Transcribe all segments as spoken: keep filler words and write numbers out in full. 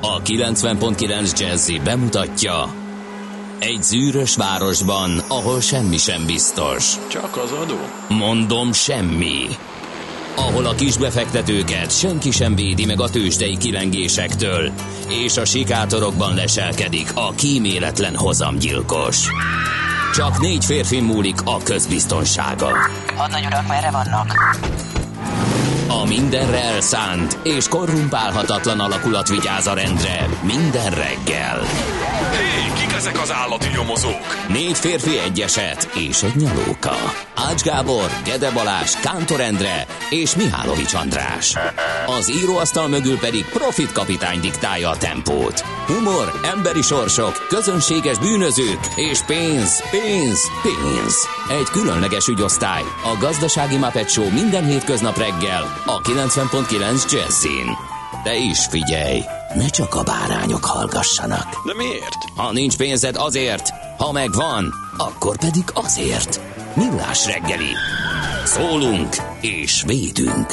A kilencven pont kilenc Jazzy bemutatja: egy zűrös városban, ahol semmi sem biztos. Csak az adó? Mondom, semmi. Ahol a kisbefektetőket senki sem védi meg a tőzsdei kilengésektől, és a sikátorokban leselkedik a kíméletlen hozamgyilkos. Csak négy férfi múlik a közbiztonsága. Hadnagy urak, merre vannak? A mindenre elszánt és korrumpálhatatlan alakulat vigyáz a rendre minden reggel. Hé, kik ezek az állati nyomozók? Négy férfi, egy eset és egy nyalóka. Ács Gábor, Gede Balázs, Kántor Endre és Mihálovics András. Az íróasztal mögül pedig Profit kapitány diktálja a tempót. Humor, emberi sorsok, közönséges bűnözők és pénz, pénz, pénz. Egy különleges ügyosztály, a Gazdasági Muppet Show minden hétköznap reggel a kilencven pont kilenc Jazzin. De is figyelj, ne csak a bárányok hallgassanak. De miért? Ha nincs pénzed, azért, ha megvan, akkor pedig azért. Millás reggeli. Szólunk és védünk.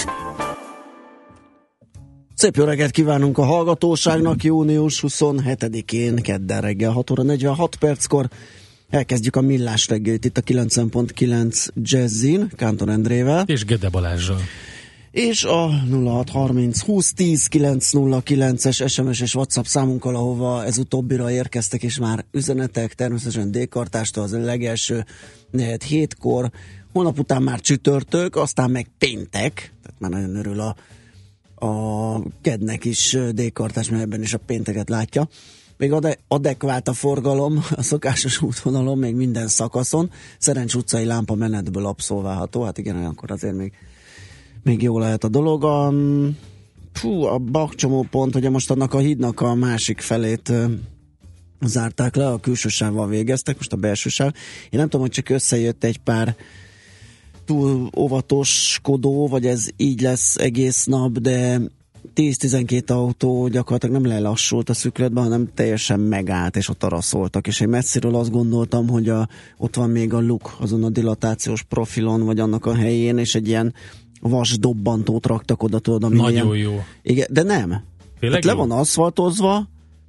Szép jó reggelt kívánunk a hallgatóságnak, június huszonhetedikén, kedden reggel hat óra negyvenhat perckor. Elkezdjük a Millás reggelit itt a kilencven pont kilenc Jazzin, Kántor Endrével. És Gede Balázsral. És a nulla hat harminc húsz tíz kilenc nulla kilences es em es és WhatsApp számunkkal, ahova ez utóbbira érkeztek, és már üzenetek, természetesen D-kartástól az legelső negyed hétkor, holnap után már csütörtök, aztán meg péntek, tehát már nagyon örül a, a kednek is D-kartás, mert ebben is a pénteket látja. Még ade- adekvált a forgalom a szokásos útvonalon, még minden szakaszon, Szerencs utcai lámpa menetből abszolválható, hát igen, olyankor azért még még jó lehet a dolog. A, fú, a bakcsomó pont, ugye most annak a hídnak a másik felét uh, zárták le, a külső sávval végeztek, most a belső sáv. Én nem tudom, hogy csak összejött egy pár túl óvatoskodó, vagy ez így lesz egész nap, de tíz-tizenkét autó gyakorlatilag nem lelassult a szükletben, hanem teljesen megállt, és ott araszoltak. És én messziről azt gondoltam, hogy a, ott van még a luk azon a dilatációs profilon, vagy annak a helyén, és egy ilyen vas dobbantót raktak oda, tudod, ami nagyon ilyen, jó. Igen, de nem. Hát le van aszfaltozva,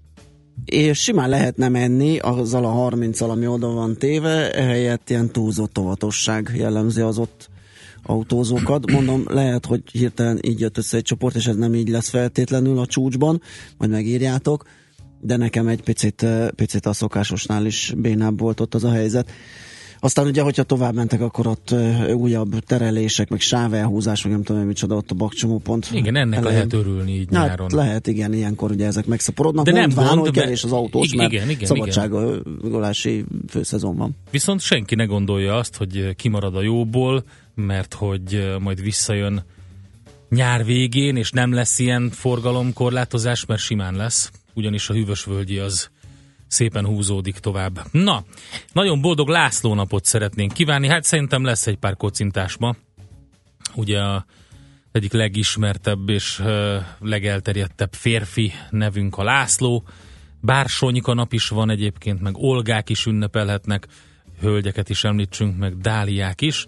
és simán lehetne menni azzal a harminccal, ami oda van téve, ehelyett ilyen túlzott óvatosság jellemzi az ott autózókat. Mondom, lehet, hogy hirtelen így jött össze egy csoport, és ez nem így lesz feltétlenül a csúcsban, majd megírjátok, de nekem egy picit, picit a szokásosnál is bénább volt ott az a helyzet. Aztán ugye, hogyha tovább mentek, akkor ott uh, újabb terelések, meg sávelhúzás, meg nem tudom, micsoda ott a bakcsomópont. Igen, ennek elején lehet örülni így hát, nyáron. Lehet, igen, ilyenkor ugye ezek megszaporodnak. De nem mondván, gond, hogy kevés az autós, igen, mert igen, szabadságolási főszezon van. Viszont senki ne gondolja azt, hogy kimarad a jóból, mert hogy majd visszajön nyár végén, és nem lesz ilyen forgalomkorlátozás, mert simán lesz, ugyanis a hűvösvölgyi az szépen húzódik tovább. Na, nagyon boldog László napot szeretnénk kívánni, hát szerintem lesz egy pár kocintás ma. Ugye a egyik legismertebb és uh, legelterjedtebb férfi nevünk a László. Bársonyka nap is van egyébként, meg Olgák is ünnepelhetnek, hölgyeket is említsünk, meg Dáliák is.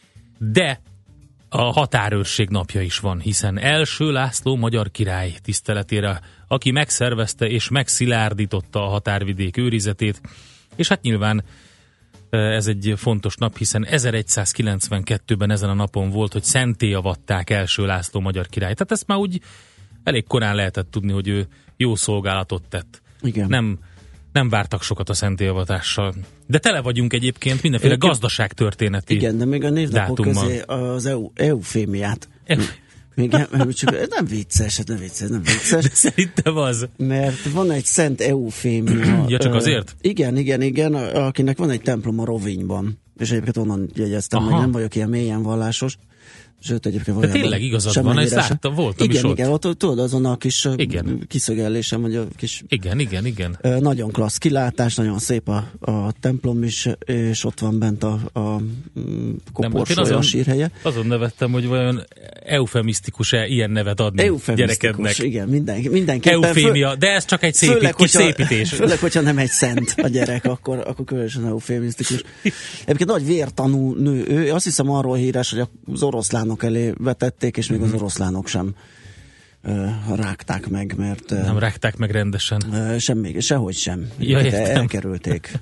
De a határőrség napja is van, hiszen első László magyar király tiszteletére, aki megszervezte és megszilárdította a határvidék őrizetét, és hát nyilván ez egy fontos nap, hiszen ezeregyszázkilencvenkettőben ezen a napon volt, hogy szentté avatták első László magyar király. Tehát ezt már úgy elég korán lehetett tudni, hogy ő jó szolgálatot tett. Igen. Nem, nem vártak sokat a szenttéavatással. De tele vagyunk egyébként mindenféle gazdaságtörténeti Igen, de még a névnapok dátummal. közé az eu, eufémiát. Még nem, csak, nem vicces, nem vicces, nem vicces. De szerintem az. Mert van egy Szent Eufémia. Ja, csak azért? Igen, igen, igen, akinek van egy templom a Rovinyban. És egyébként onnan jegyeztem, meg nem vagyok ilyen mélyen vallásos. Sőt, egyébként de tényleg igazad van, ezt láttam, voltam igen, is ott. Igen, ott tudod, azon a kis igen. kiszögellésem, vagy a kis... Igen, igen, igen. Nagyon klassz kilátás, nagyon szép a, a templom is, és ott van bent a, a koporsója, a sírhelye. Azon nevettem, hogy vajon eufemisztikus-e ilyen nevet adni gyerekednek. Igen, minden, mindenképpen. Eufémia, föl, de ez csak egy szép, főleg, kis hogyha, szépítés. Főleg, hogyha nem egy szent a gyerek, akkor, akkor különösen eufémisztikus. Egyébként nagy vértanú nő, ő azt hiszem arról híres, hogy az oroszlánok elé vetették, és még az oroszlánok sem rágták meg, mert... Nem rágták meg rendesen. Semmi, sehogy sem. Ja, elkerülték.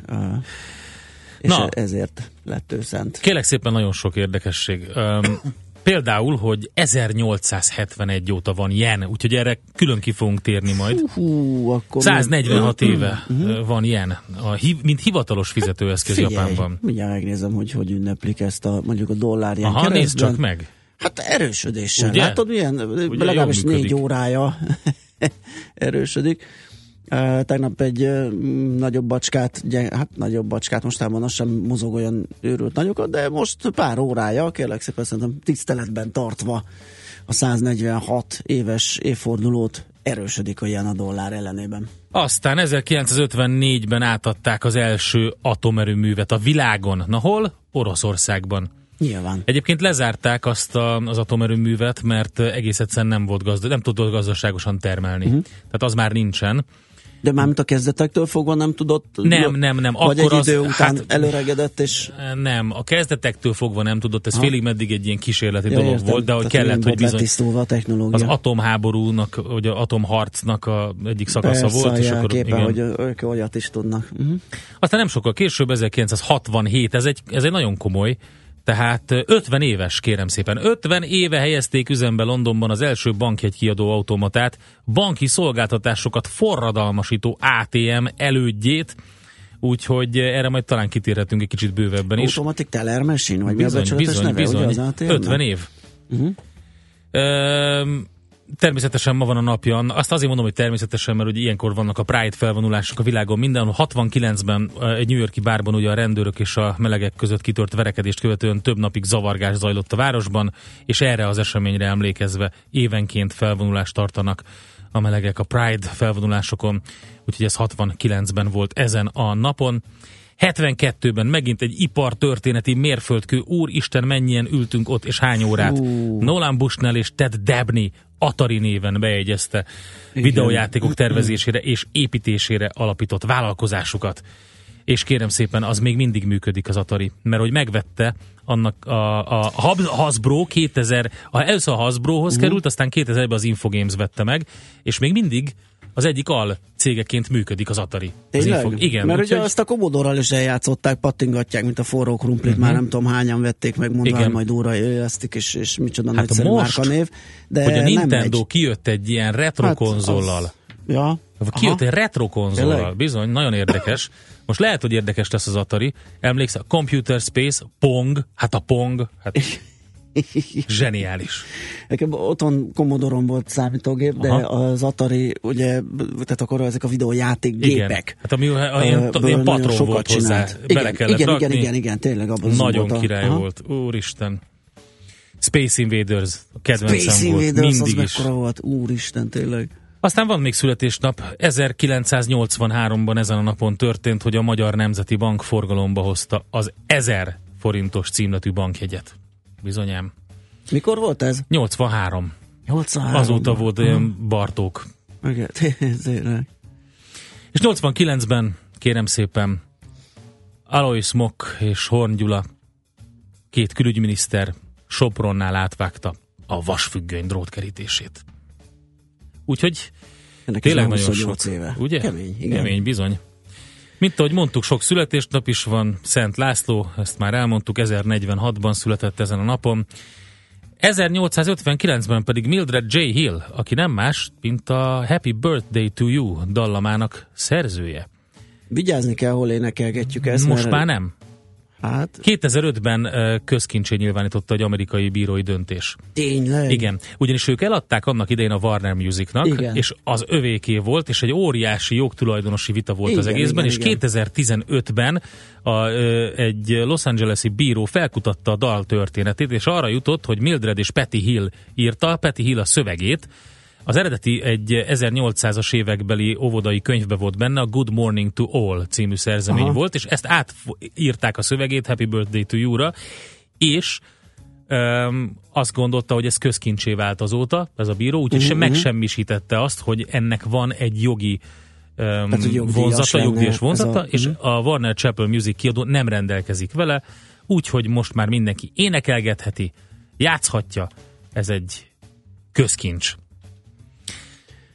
És Na, ezért lett ő szent. Kérlek szépen, nagyon sok érdekesség. Um, például, hogy ezernyolcszázhetvenegy óta van jen, úgyhogy erre külön ki fogunk térni majd. Hú, akkor száznegyvenhat éve uh-huh. van jen, a, mint hivatalos fizetőeszköz Japánban. Mindjárt megnézem, hogy hogy ünneplik ezt a, mondjuk a dollár jen Aha, nézd csak meg. Hát erősödéssel. Ugye? Látod, milyen Ugye legalábbis négy órája erősödik. Uh, tegnap egy uh, nagyobb bacskát, gyeng, hát nagyobb bacskát, mostában az sem mozog olyan őrült nagyokat, de most pár órája, kérlek szépen szerintem tiszteletben tartva a száznegyvenhat éves évfordulót erősödik a jen a dollár ellenében. Aztán ezerkilencszázötvennégyben átadták az első atomerőművet a világon. Na hol? Oroszországban. Nyilván. Egyébként lezárták azt a, az atomerőművet, mert egész egyszerűen nem volt gazda, nem tudott gazdaságosan termelni. Uh-huh. Tehát az már nincsen. De mármint a kezdetektől fogva nem tudott? Nem, nem, nem. Vagy akkor egy idő az, után hát, előregedett, és... Nem, a kezdetektől fogva nem tudott, ez ha. félig meddig egy ilyen kísérleti ja, dolog értem. volt, de hogy Tehát kellett, hogy bizony a technológia. az atomháborúnak, vagy az atomharcnak a egyik szakasza Persze, volt. És akkor, képen, igen. hogy ők olyat is tudnak. Uh-huh. Aztán nem sokkal később, ezerkilencszázhatvanhét, ez egy, ez egy nagyon komoly, tehát ötven éves, kérem szépen, ötven éve helyezték üzembe Londonban az első bankjegykiadó automatát, banki szolgáltatásokat forradalmasító á té em elődjét, úgyhogy erre majd talán kitérhetünk egy kicsit bővebben is. Automatic Teller Machine, vagy bizony, mi a becsületes neve, bizony, ugye az á té em-nek? ötven év. Uh-huh. Ehm, Természetesen ma van a napja, azt azért mondom, hogy természetesen, mert ugye ilyenkor vannak a Pride felvonulások a világon mindenhol. hatvankilencben egy New York-i bárban ugye a rendőrök és a melegek között kitört verekedést követően több napig zavargás zajlott a városban, és erre az eseményre emlékezve évenként felvonulást tartanak a melegek a Pride felvonulásokon, úgyhogy ez hatvankilencben volt ezen a napon. hetvenkettőben megint egy ipartörténeti mérföldkő, úristen, mennyien ültünk ott, és hány órát. Uh. Nolan Bushnell és Ted Dabney Atari néven bejegyezte videójátékok tervezésére és építésére alapított vállalkozásukat. És kérem szépen, az még mindig működik az Atari, mert hogy megvette annak a, a Hasbro kétezer, a, először a Hasbrohoz uh. került, aztán kétezerben az Infogames vette meg, és még mindig az egyik al cégeként működik az Atari. Tényleg? Az Info- Igen. Mert úgy, ugye hogy... azt a Commodore-ral is eljátszották, pattingatják, mint a forró krumplit, uh-huh. már nem tudom hányan vették meg, mondván majd óra élesztik, és, és micsoda hát nagyszerű márkanév. De hogy a Nintendo megy. kijött egy ilyen retro hát konzollal. Az... Ja. Kijött egy retro konzollal, bizony, nagyon érdekes. Most lehet, hogy érdekes lesz az Atari. Emlékszel, Computer Space, Pong, hát a Pong, hát zseniális. Nekem otthon Commodore-on volt számítógép, de aha. az Atari, ugye, tehát akkor ezek a videójáték gépek. Hát ami ilyen, ilyen patron volt hozzá, igen, bele kellett igen, rakni. Igen, igen, igen, tényleg abban nagyon volt király a... volt, úristen. Space Invaders, a kedvencem Space volt, Invaders, mindig az is. mekkora volt, úristen, tényleg. Aztán van még születésnap. ezerkilencszáznyolcvanháromban ezen a napon történt, hogy a Magyar Nemzeti Bank forgalomba hozta az ezer forintos címletű bankjegyet. Bizonyám. Mikor volt ez? nyolcvanhárom. nyolcvanhárom. Azóta volt olyan Bartók. Igen, tényleg. És nyolcvankilencben, kérem szépen, Alois Mock és Horn Gyula, két külügyminiszter Sopronnál átvágta a vasfüggöny drótkerítését. Úgyhogy ennek tényleg nagyon sok. Éve. Ugye? Kemény, igen. Kemény, bizony. Mint ahogy mondtuk, sok születésnap is van. Szent László, ezt már elmondtuk, ezernegyvenhatban született ezen a napon. ezernyolcszázötvenkilencben pedig Mildred J. Hill, aki nem más, mint a Happy Birthday to You dallamának szerzője. Vigyázni kell, hol énekelgetjük ezt. Most mert... már nem. Hát... kétezer-ötben közkincsé nyilvánította egy amerikai bírói döntés. Tényleg? Igen, ugyanis ők eladták annak idején a Warner Musicnak, igen. és az övéké volt, és egy óriási jogtulajdonosi vita volt igen, az egészben, igen, és igen. kétezer-tizenötben a, egy Los Angeles-i bíró felkutatta a dal történetét, és arra jutott, hogy Mildred és Patty Hill írta, Patty Hill a szövegét. Az eredeti egy ezernyolcszázas évekbeli óvodai könyvbe volt benne, a Good Morning to All című szerzemény aha. volt, és ezt átírták a szövegét Happy Birthday to You-ra, és um, azt gondolta, hogy ez közkincsé vált azóta, ez a bíró, úgyhogy uh-huh, sem uh-huh. megsemmisítette azt, hogy ennek van egy jogi um, hát, vonzata, jogdíjas vonzata, a, és uh-huh. a Warner Chappell Music kiadó nem rendelkezik vele, úgyhogy most már mindenki énekelgetheti, játszhatja, ez egy közkincs.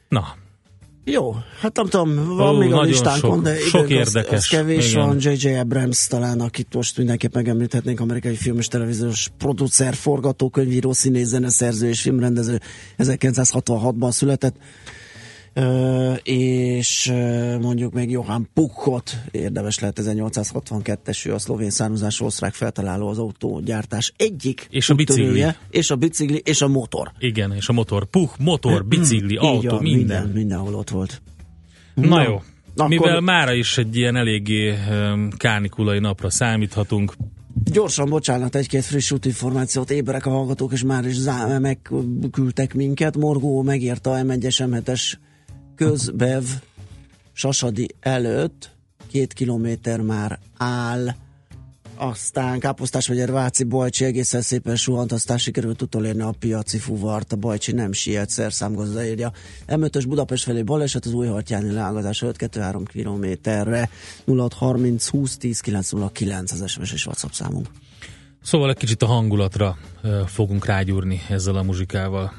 Na, jó, hát nem tudom, van Ó, még a nagyon listánkon, sok, de sok időn, az, érdekes, az kevés igen. van. jé jé Abrams talán, akit most mindenképp megemlíthetnénk, amerikai film és televíziós producer, forgatókönyvíró, színész, zeneszerző és filmrendező, ezerkilencszázhatvanhatban született. Uh, és uh, mondjuk még Johann Puchot érdemes lehet, ezernyolcszázhatvankettes, ő a szlovén származású osztrák feltaláló, az autógyártás egyik és a bicikli, és a bicikli, és a motor. Igen, és a motor, Puch, motor, bicikli, Így autó, van, minden. minden. Mindenhol ott volt. Na, Na jó, akkor mivel mára is egy ilyen eléggé um, kánikulai napra számíthatunk. Gyorsan, bocsánat, egy-két friss útinformációt, éberek a hallgatók, és már is zá- megküldtek minket. Morgó megírta em egyes em hetes közbev Sasadi előtt, két kilométer már áll, aztán Káposztásmegyer Váci Bajcsi egészen szépen suhant, aztán sikerült utolérni a piaci fuvart, a Bajcsi nem siet, szerszámgazda írja. em ötös Budapest felé baleset, az Újhartyáni leágazás előtt kettő-három kilométerre, nulla hat harminc húsz tíz kilenc nulla kilenc az es em es és WhatsApp számunk. Szóval egy kicsit a hangulatra uh, fogunk rágyúrni ezzel a muzsikával.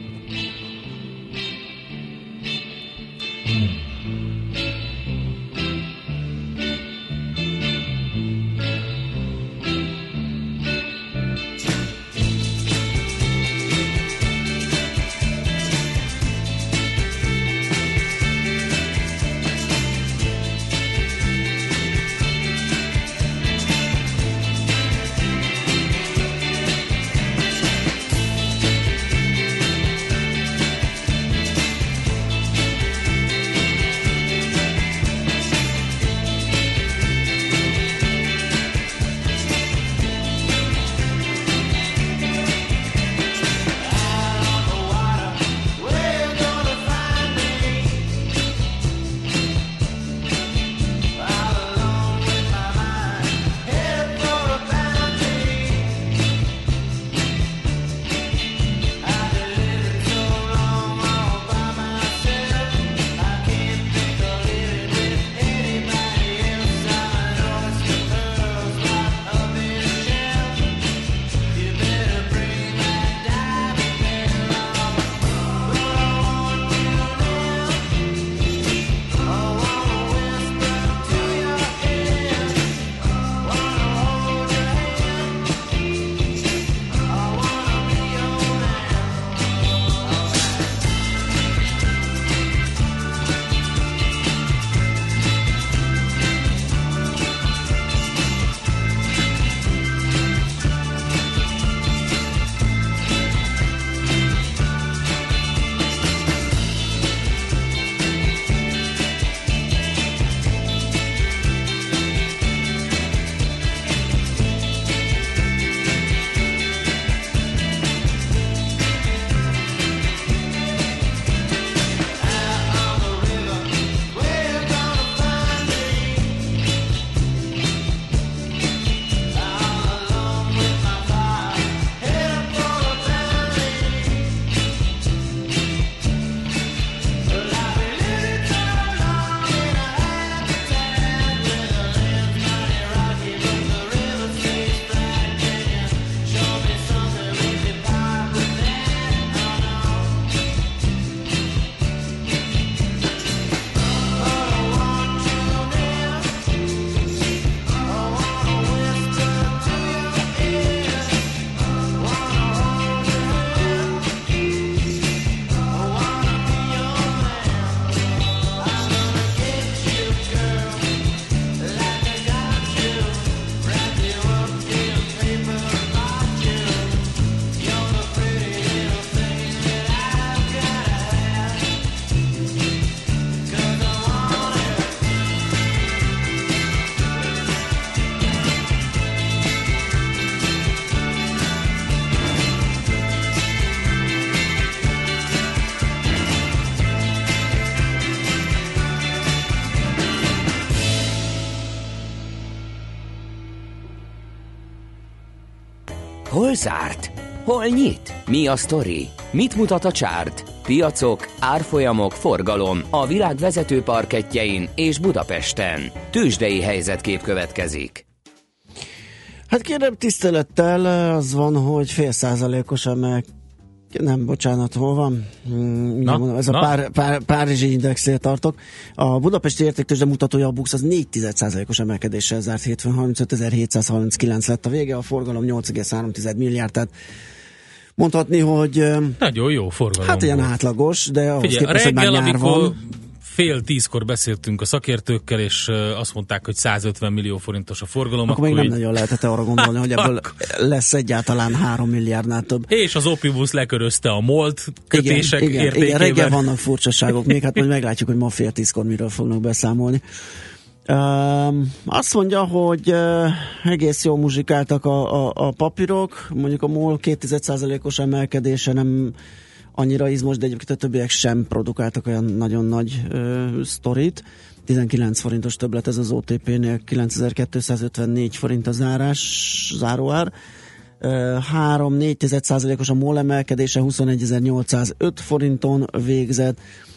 Hmm. Hol zárt? Hol nyit? Mi a sztori? Mit mutat a csárt? Piacok, árfolyamok, forgalom a világ vezető parkettjein és Budapesten. Tőzsdei helyzetkép következik. Hát kérem tisztelettel, az van, hogy fél százalékos emel, Nem, bocsánat, hol van? Hmm, na, mondom, ez na. a pár, pár, Párizsi indexnél tartok. A budapesti értéktőzsde mutatója, a BUX az négy egész egy százalékos emelkedéssel zárt hétfőn, harmincötezer-hétszázharminckilenc lett a vége, a forgalom nyolc egész három milliárd, tehát mondhatni, hogy nagyon jó forgalom. Hát ilyen volt. átlagos, de ahhoz Figyelj, képest, hogy már reggel, nyár amikor van. fél tízkor beszéltünk a szakértőkkel, és azt mondták, hogy százötven millió forintos a forgalom. Akkor, akkor még nem így... nagyon lehetett arra gondolni, hogy ebből lesz egyáltalán három milliárdnál több. És az Optimus lekörözte a MOLT kötések igen, igen, értékében. igen, reggel vannak furcsaságok, még hát majd meglátjuk, hogy ma fél tízkor miről fognak beszámolni. Uh, azt mondja, hogy uh, egész jól muzsikáltak a, a, a papírok, mondjuk a MOL két százalékos emelkedése nem annyira izmos, de egyébként a többiek sem produkáltak olyan nagyon nagy uh, sztorit. tizenkilenc forintos többlet ez az o té pé-nél, kilencezer-kétszázötvennégy forint a zárás, záróár. Uh, három-négy százalékos a MOL emelkedése, huszonegyezer-nyolcszázöt forinton végzett.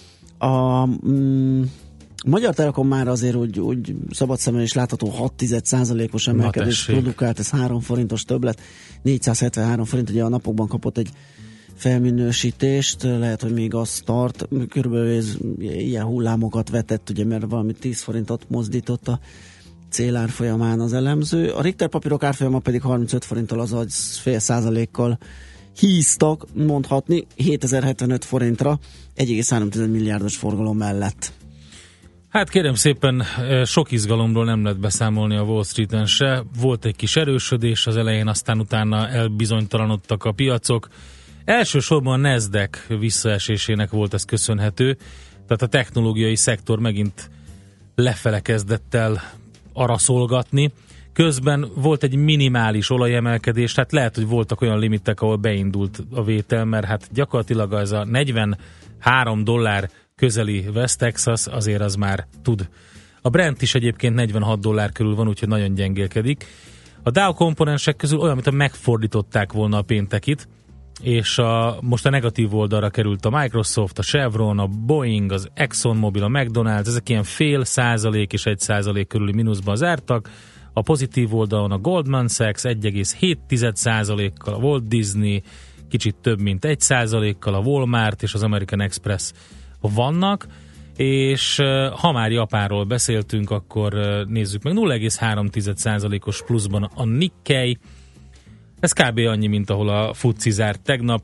A um, Magyar Telekom már azért úgy, úgy szabad szemmel is látható hat százalékos emelkedést produkált, ez három forintos többlet, négyszázhetvenhárom forint, ugye a napokban kapott egy felminősítést, lehet, hogy még az tart, körülbelül ez ilyen hullámokat vetett, ugye, mert valami tíz forintot mozdított a célár folyamán az elemző. A Richter papírok árfolyama pedig harmincöt forinttal, azaz fél százalékkal híztak, mondhatni, hétezer-hetvenöt forintra, egy egész három milliárdos forgalom mellett. Hát kérem szépen, sok izgalomról nem lehet beszámolni a Wall Streeten se. Volt egy kis erősödés az elején, aztán utána elbizonytalanodtak a piacok. Elsősorban a Nasdaq visszaesésének volt ez köszönhető, tehát a technológiai szektor megint lefele kezdett el araszolgatni. Közben volt egy minimális olajemelkedés, tehát lehet, hogy voltak olyan limitek, ahol beindult a vétel, mert hát gyakorlatilag az a negyvenhárom dollár közeli West Texas azért az már tud. A Brent is egyébként negyvenhat dollár körül van, úgyhogy nagyon gyengélkedik. A Dow komponensek közül olyan, mintha megfordították volna a péntekit, és a, most a negatív oldalra került a Microsoft, a Chevron, a Boeing, az ExxonMobil, a McDonald's, ezek ilyen fél százalék és egy százalék körüli mínuszban zártak. A pozitív oldalon a Goldman Sachs egy egész hét százalékkal, a Walt Disney kicsit több mint egy százalékkal, a Walmart és az American Express vannak, és ha már Japánról beszéltünk, akkor nézzük meg, nulla egész három százalékos pluszban a Nikkei, ez kb. Annyi, mint ahol a fuci zárt tegnap,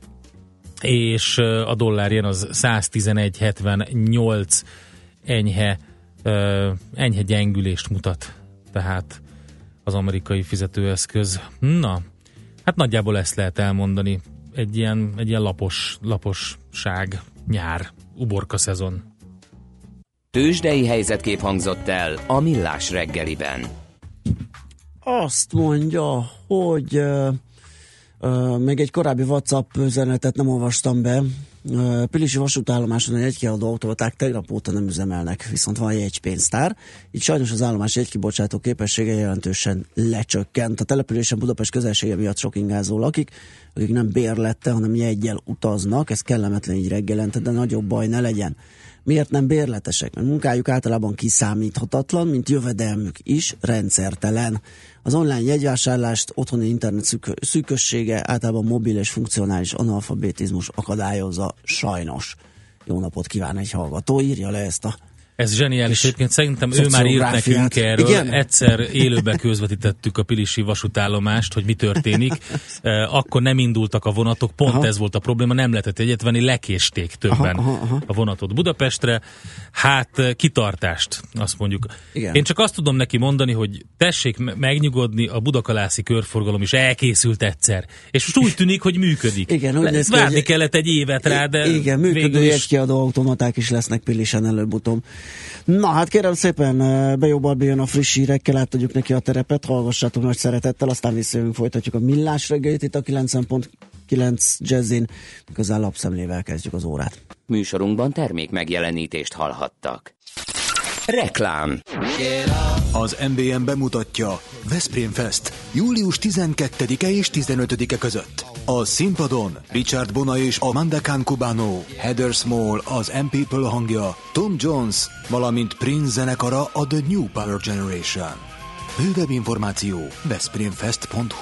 és a dollár az száztizenegy hetvennyolc, enyhe, enyhe gyengülést mutat, tehát az amerikai fizetőeszköz. Na, hát nagyjából ezt lehet elmondani, egy ilyen, egy ilyen lapos, laposság, nyár, uborka szezon. Tőzsdei helyzetkép hangzott el a Millás reggeliben. Azt mondja, hogy uh, uh, még egy korábbi WhatsApp üzenetet nem olvastam be. Uh, Pilisi vasútállomáson egy jegykiadó automaták tegnap óta nem üzemelnek, viszont van jegypénztár. Így sajnos az állomás jegykibocsátó képessége jelentősen lecsökkent. A településen Budapest közelsége miatt sok ingázó lakik, akik nem bérlettel, hanem jeggyel utaznak. Ez kellemetlen így reggelente, de nagyobb baj ne legyen. Miért nem bérletesek? Mert munkájuk általában kiszámíthatatlan, mint jövedelmük is rendszertelen. Az online jegyvásárlást otthoni internet szűk- szűkössége, általában mobil és funkcionális analfabetizmus akadályozza sajnos. Jó napot kíván egy hallgató, írja le ezt a... Ez zseniális, egyébként szerintem ő már írt nekünk erről. Igen? Egyszer élőben közvetítettük a pilisi vasútállomást, hogy mi történik. Akkor nem indultak a vonatok, pont aha. Ez volt a probléma, nem lehetett egyet venni, lekésték többen aha, aha, aha. a vonatot Budapestre. Hát kitartást, azt mondjuk. Igen. Én csak azt tudom neki mondani, hogy tessék megnyugodni, a budakalászi körforgalom is elkészült egyszer. És most úgy tűnik, hogy működik. Igen, úgy néz ki, várni egy... kellett egy évet rá, de igen, működő jegykiadó automaták is lesznek Pilisen előbb-utóbb. Na hát kérem szépen, Bejó Barbi jön a friss hírekkel, átadjuk neki a terepet, hallgassátok nagy szeretettel, aztán visszajövünk, folytatjuk a Millás reggelit itt a kilencven pont kilenc Jazzin, miközben lapszemlével kezdjük az órát. Műsorunkban termék megjelenítést hallhattak. Reklám. Az em bé em bemutatja Veszprém Fest július tizenkettedike és tizenötödike között. A színpadon Richard Bona és Amanda Khan Cubano, Heather Small az M People hangja, Tom Jones, valamint Prince zenekara a The New Power Generation. Bővebb információ veszprémfest pont hu.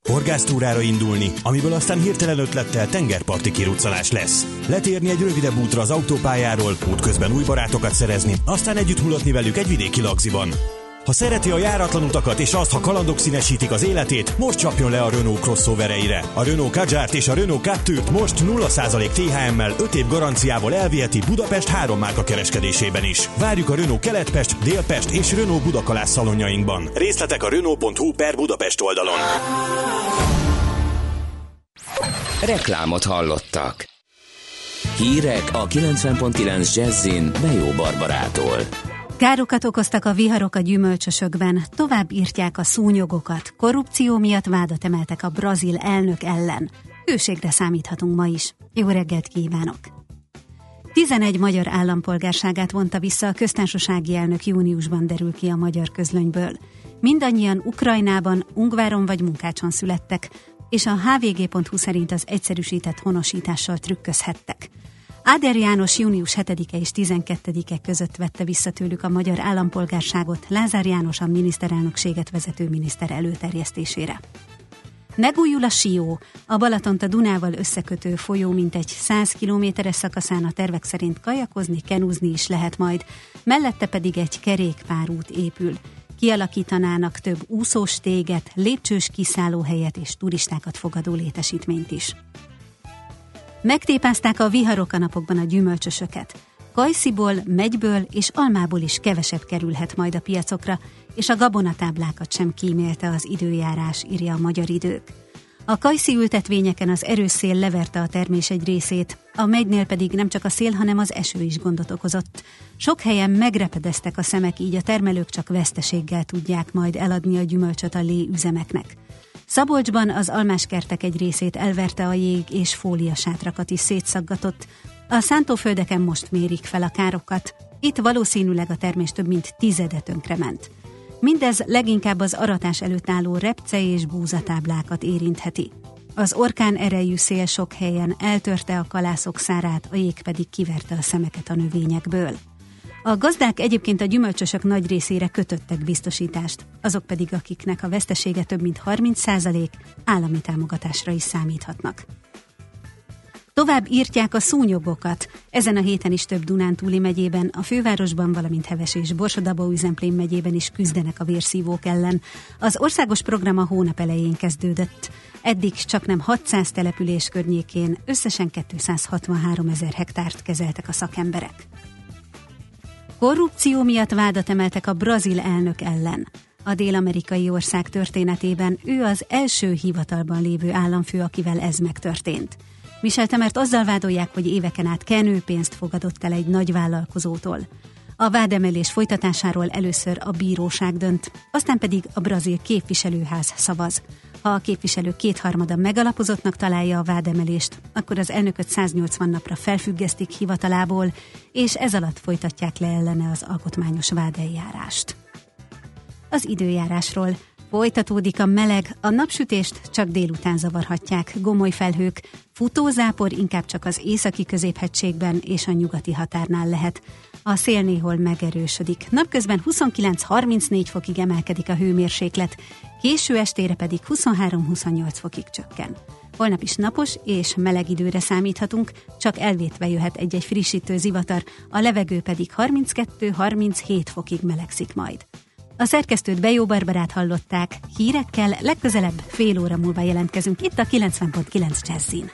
Horgásztúrára indulni, amiből aztán hirtelen ötlettel tengerparti kiruccanás lesz. Letérni egy rövidebb útra az autópályáról, útközben új barátokat szerezni, aztán együtt mulatni velük egy vidéki lagziban. Ha szereti a járatlan utakat és azt, ha kalandok színesítik az életét, most csapjon le a Renault crossovereire. A Renault Kadjart és a Renault Captur-t most nulla százalék té há em-mel öt év garanciával elviheti Budapest három márka kereskedésében is. Várjuk a Renault Keletpest, Délpest és Renault Budakalász szalonjainkban. Részletek a Renault pont hu per Budapest oldalon. Reklámot hallottak. Hírek a kilencven pont kilenc Jazzin Bejó Barbarától. Károkat okoztak a viharok a gyümölcsösökben, tovább írtják a szúnyogokat, korrupció miatt vádat emeltek a brazil elnök ellen. Hőségre számíthatunk ma is. Jó reggelt kívánok! tizenegy magyar állampolgárságát vonta vissza a köztársasági elnök júniusban, derül ki a Magyar Közlönyből. Mindannyian Ukrajnában, Ungváron vagy Munkácson születtek, és a há vé gé pont hu szerint az egyszerűsített honosítással trükközhettek. Áder János június hetedike és tizenkettedike között vette vissza tőlük a magyar állampolgárságot Lázár János a miniszterelnökséget vezető miniszter előterjesztésére. Megújul a Sió, a Balatont a Dunával összekötő folyó mintegy száz kilométeres szakaszán a tervek szerint kajakozni, kenúzni is lehet majd, mellette pedig egy kerékpárút épül. Kialakítanának több úszós téget, lépcsős kiszállóhelyet és turistákat fogadó létesítményt is. Megtépázták a viharok a napokban a gyümölcsösöket. Kajsziból, megyből és almából is kevesebb kerülhet majd a piacokra, és a gabonatáblákat sem kímélte az időjárás, írja a Magyar Idők. A kajszi ültetvényeken az erős szél leverte a termés egy részét, a megynél pedig nem csak a szél, hanem az eső is gondot okozott. Sok helyen megrepedeztek a szemek, így a termelők csak veszteséggel tudják majd eladni a gyümölcsöt a léüzemeknek. Szabolcsban az almáskertek egy részét elverte a jég, és fóliasátrakat is szétszaggatott. A szántóföldeken most mérik fel a károkat. Itt valószínűleg a termés több mint tizede tönkrement. Mindez leginkább az aratás előtt álló repce és búzatáblákat érintheti. Az orkán erejű szél sok helyen eltörte a kalászok szárát, a jég pedig kiverte a szemeket a növényekből. A gazdák egyébként a gyümölcsösök nagy részére kötöttek biztosítást, azok pedig, akiknek a vesztesége több mint harminc százalék, állami támogatásra is számíthatnak. Tovább írtják a szúnyogokat. Ezen a héten is több Dunántúli megyében, a fővárosban, valamint Heves és Borsod-Abaúj-Zemplén megyében is küzdenek a vérszívók ellen. Az országos program a hónap elején kezdődött. Eddig csaknem hatszáz település környékén összesen kétszázhatvanhárom ezer hektárt kezeltek a szakemberek. Korrupció miatt vádat emeltek a brazil elnök ellen. A dél-amerikai ország történetében ő az első hivatalban lévő államfő, akivel ez megtörtént. Michel Temert azzal vádolják, hogy éveken át kenőpénzt fogadott el egy nagy vállalkozótól. A vádemelés folytatásáról először a bíróság dönt, aztán pedig a brazil képviselőház szavaz. Ha a képviselők kétharmada megalapozottnak találja a vádemelést, akkor az elnököt száznyolcvan napra felfüggesztik hivatalából, és ez alatt folytatják le ellene az alkotmányos vádeljárást. Az időjárásról. Folytatódik a meleg, a napsütést csak délután zavarhatják gomoly felhők, futózápor inkább csak az északi középhegységben és a nyugati határnál lehet. A szél néhol megerősödik. Napközben huszonkilenc-harmincnégy fokig emelkedik a hőmérséklet, késő estére pedig huszonhárom-huszonnyolc fokig csökken. Holnap is napos és meleg időre számíthatunk, csak elvétve jöhet egy-egy frissítő zivatar, a levegő pedig harminckettő-harminchét fokig melegszik majd. A szerkesztőt Bejó Barbarát hallották, hírekkel legközelebb fél óra múlva jelentkezünk itt a kilencven pont kilenc Jazzin.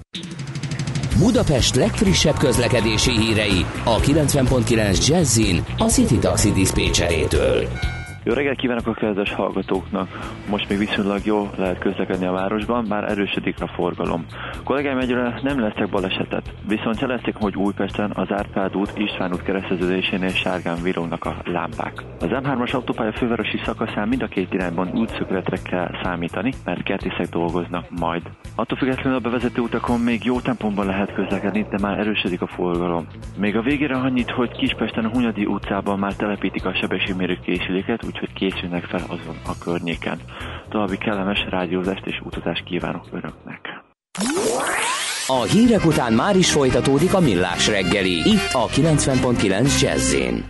Budapest legfrissebb közlekedési hírei a kilencven pont kilenc Jazzin a City Taxi diszpécserétől. Jó reggelt kívánok a kedves hallgatóknak! Most még viszonylag jó lehet közlekedni a városban, bár erősödik a forgalom. Kollégáim egyre nem leszek balesetet, viszont jelezték, hogy Újpesten az Árpád út, István út kereszteződésénél sárgán villognak a lámpák. Az em hármas autópálya fővárosi szakaszán mind a két irányban útszökületre kell számítani, mert kertészek dolgoznak majd. Attól függetlenül a bevezető utakon még jó tempóban lehet közlekedni, de már erősödik a forgalom. Még a végére annyit, hogy Kispesten a Hunyadi utcában már telepítik a sebességmérő készüléket, úgyhogy készülnek fel azon a környéken. További kellemes rádiózást és utazást kívánok önöknek. A hírek után már is folytatódik a Millás reggeli, itt a kilencven pont kilenc Jazzin.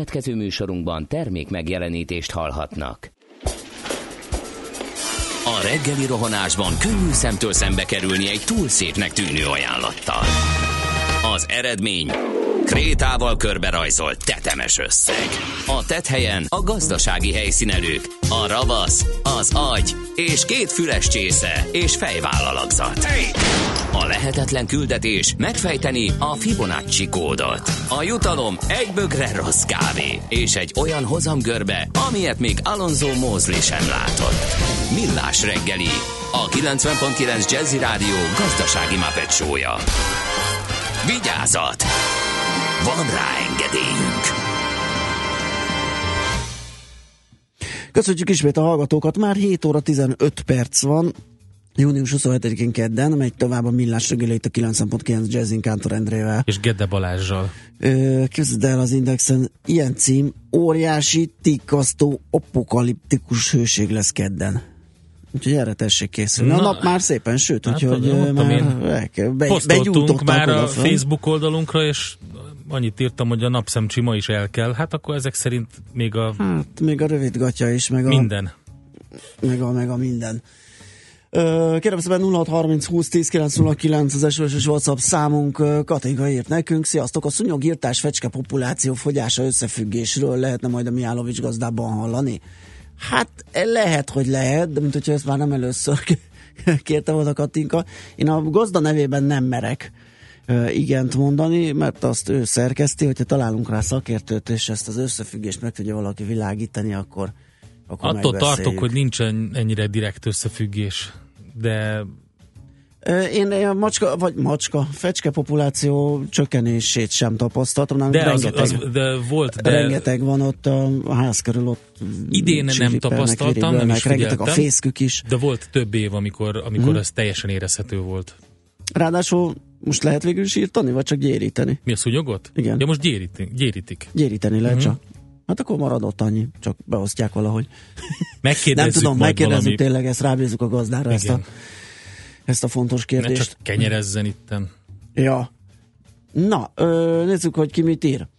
Következő műsorunkban termék megjelenítést hallhatnak. A reggeli rohanásban könnyű szemtől szembe kerülni egy túl szépnek tűnő ajánlattal. Az eredmény krétával körberajzolt tetemes összeg. A tetthelyen a gazdasági helyszínelők, a ravasz, az agy és két füles csésze és fejvállalakzat. A lehetetlen küldetés megfejteni a Fibonacci kódot. A jutalom egy bögre rossz kávé és egy olyan hozamgörbe, amilyet még Alonso Mosley sem látott. Millás reggeli, a kilencven pont kilenc Jazzy Rádió gazdasági Muppet show-ja. Vigyázat! Van rá engedélyünk! Köszönjük ismét a hallgatókat, már hét óra tizenöt perc van, június huszonhetedikén kedden, megy tovább a Millás reggeli itt a kilencven pont kilenc Jazzin Kántor Endrével. És Gede Balázsral. Képzeld el az Indexen, ilyen cím, óriási, tikasztó, apokaliptikus hőség lesz kedden. Úgyhogy erre tessék készülni. A nap már szépen, sőt, hát, úgyhogy már be, posztoltunk már a Facebook oldalunkra, és annyit írtam, hogy a napszemcsi ma is el kell. Hát akkor ezek szerint még a... Hát még a rövidgatja is, meg a... Minden. Meg a, meg a minden. Ö, kérem szépen nulla hat harminc húsz tíz kilenc nulla kilenc az es em es és WhatsApp számunk. Katinka írt nekünk. Sziasztok! A szúnyogírtás fecske populáció fogyása összefüggésről lehetne majd a Mihálovics gazdában hallani? Hát lehet, hogy lehet, de mint hogyha ezt már nem először kérte volna Katinka. Én a gazda nevében nem merek uh, igent mondani, mert azt ő szerkeszti, hogyha találunk rá szakértőt, és ezt az összefüggést meg tudja valaki világítani, akkor, akkor attól tartok, hogy nincsen ennyire direkt összefüggés, de... Én a macska, vagy macska, fecske populáció csökkenését sem tapasztaltam. De, rengeteg, az, az, de volt, de... rengeteg van ott a ház körül, ott idén nem tapasztaltam, nem is rengeteg a fészkük is. De volt több év, amikor, amikor hmm. ez teljesen érezhető volt. Ráadásul most lehet végül is írtani, vagy csak gyéríteni? Mi a szúnyogot? Igen. Ja, most gyérítik. Gyérítik, gyéríteni lehet uh-huh. csak. Hát akkor maradott annyi, csak beosztják valahogy. Megkérdezzük nem tudom, megkérdezzük valami... tényleg, ezt rábízzuk a gazdára, ezt a, ezt a fontos kérdést. Ne csak kenyerezzen itten. Ja. Na, ö, nézzük, hogy ki mit ír.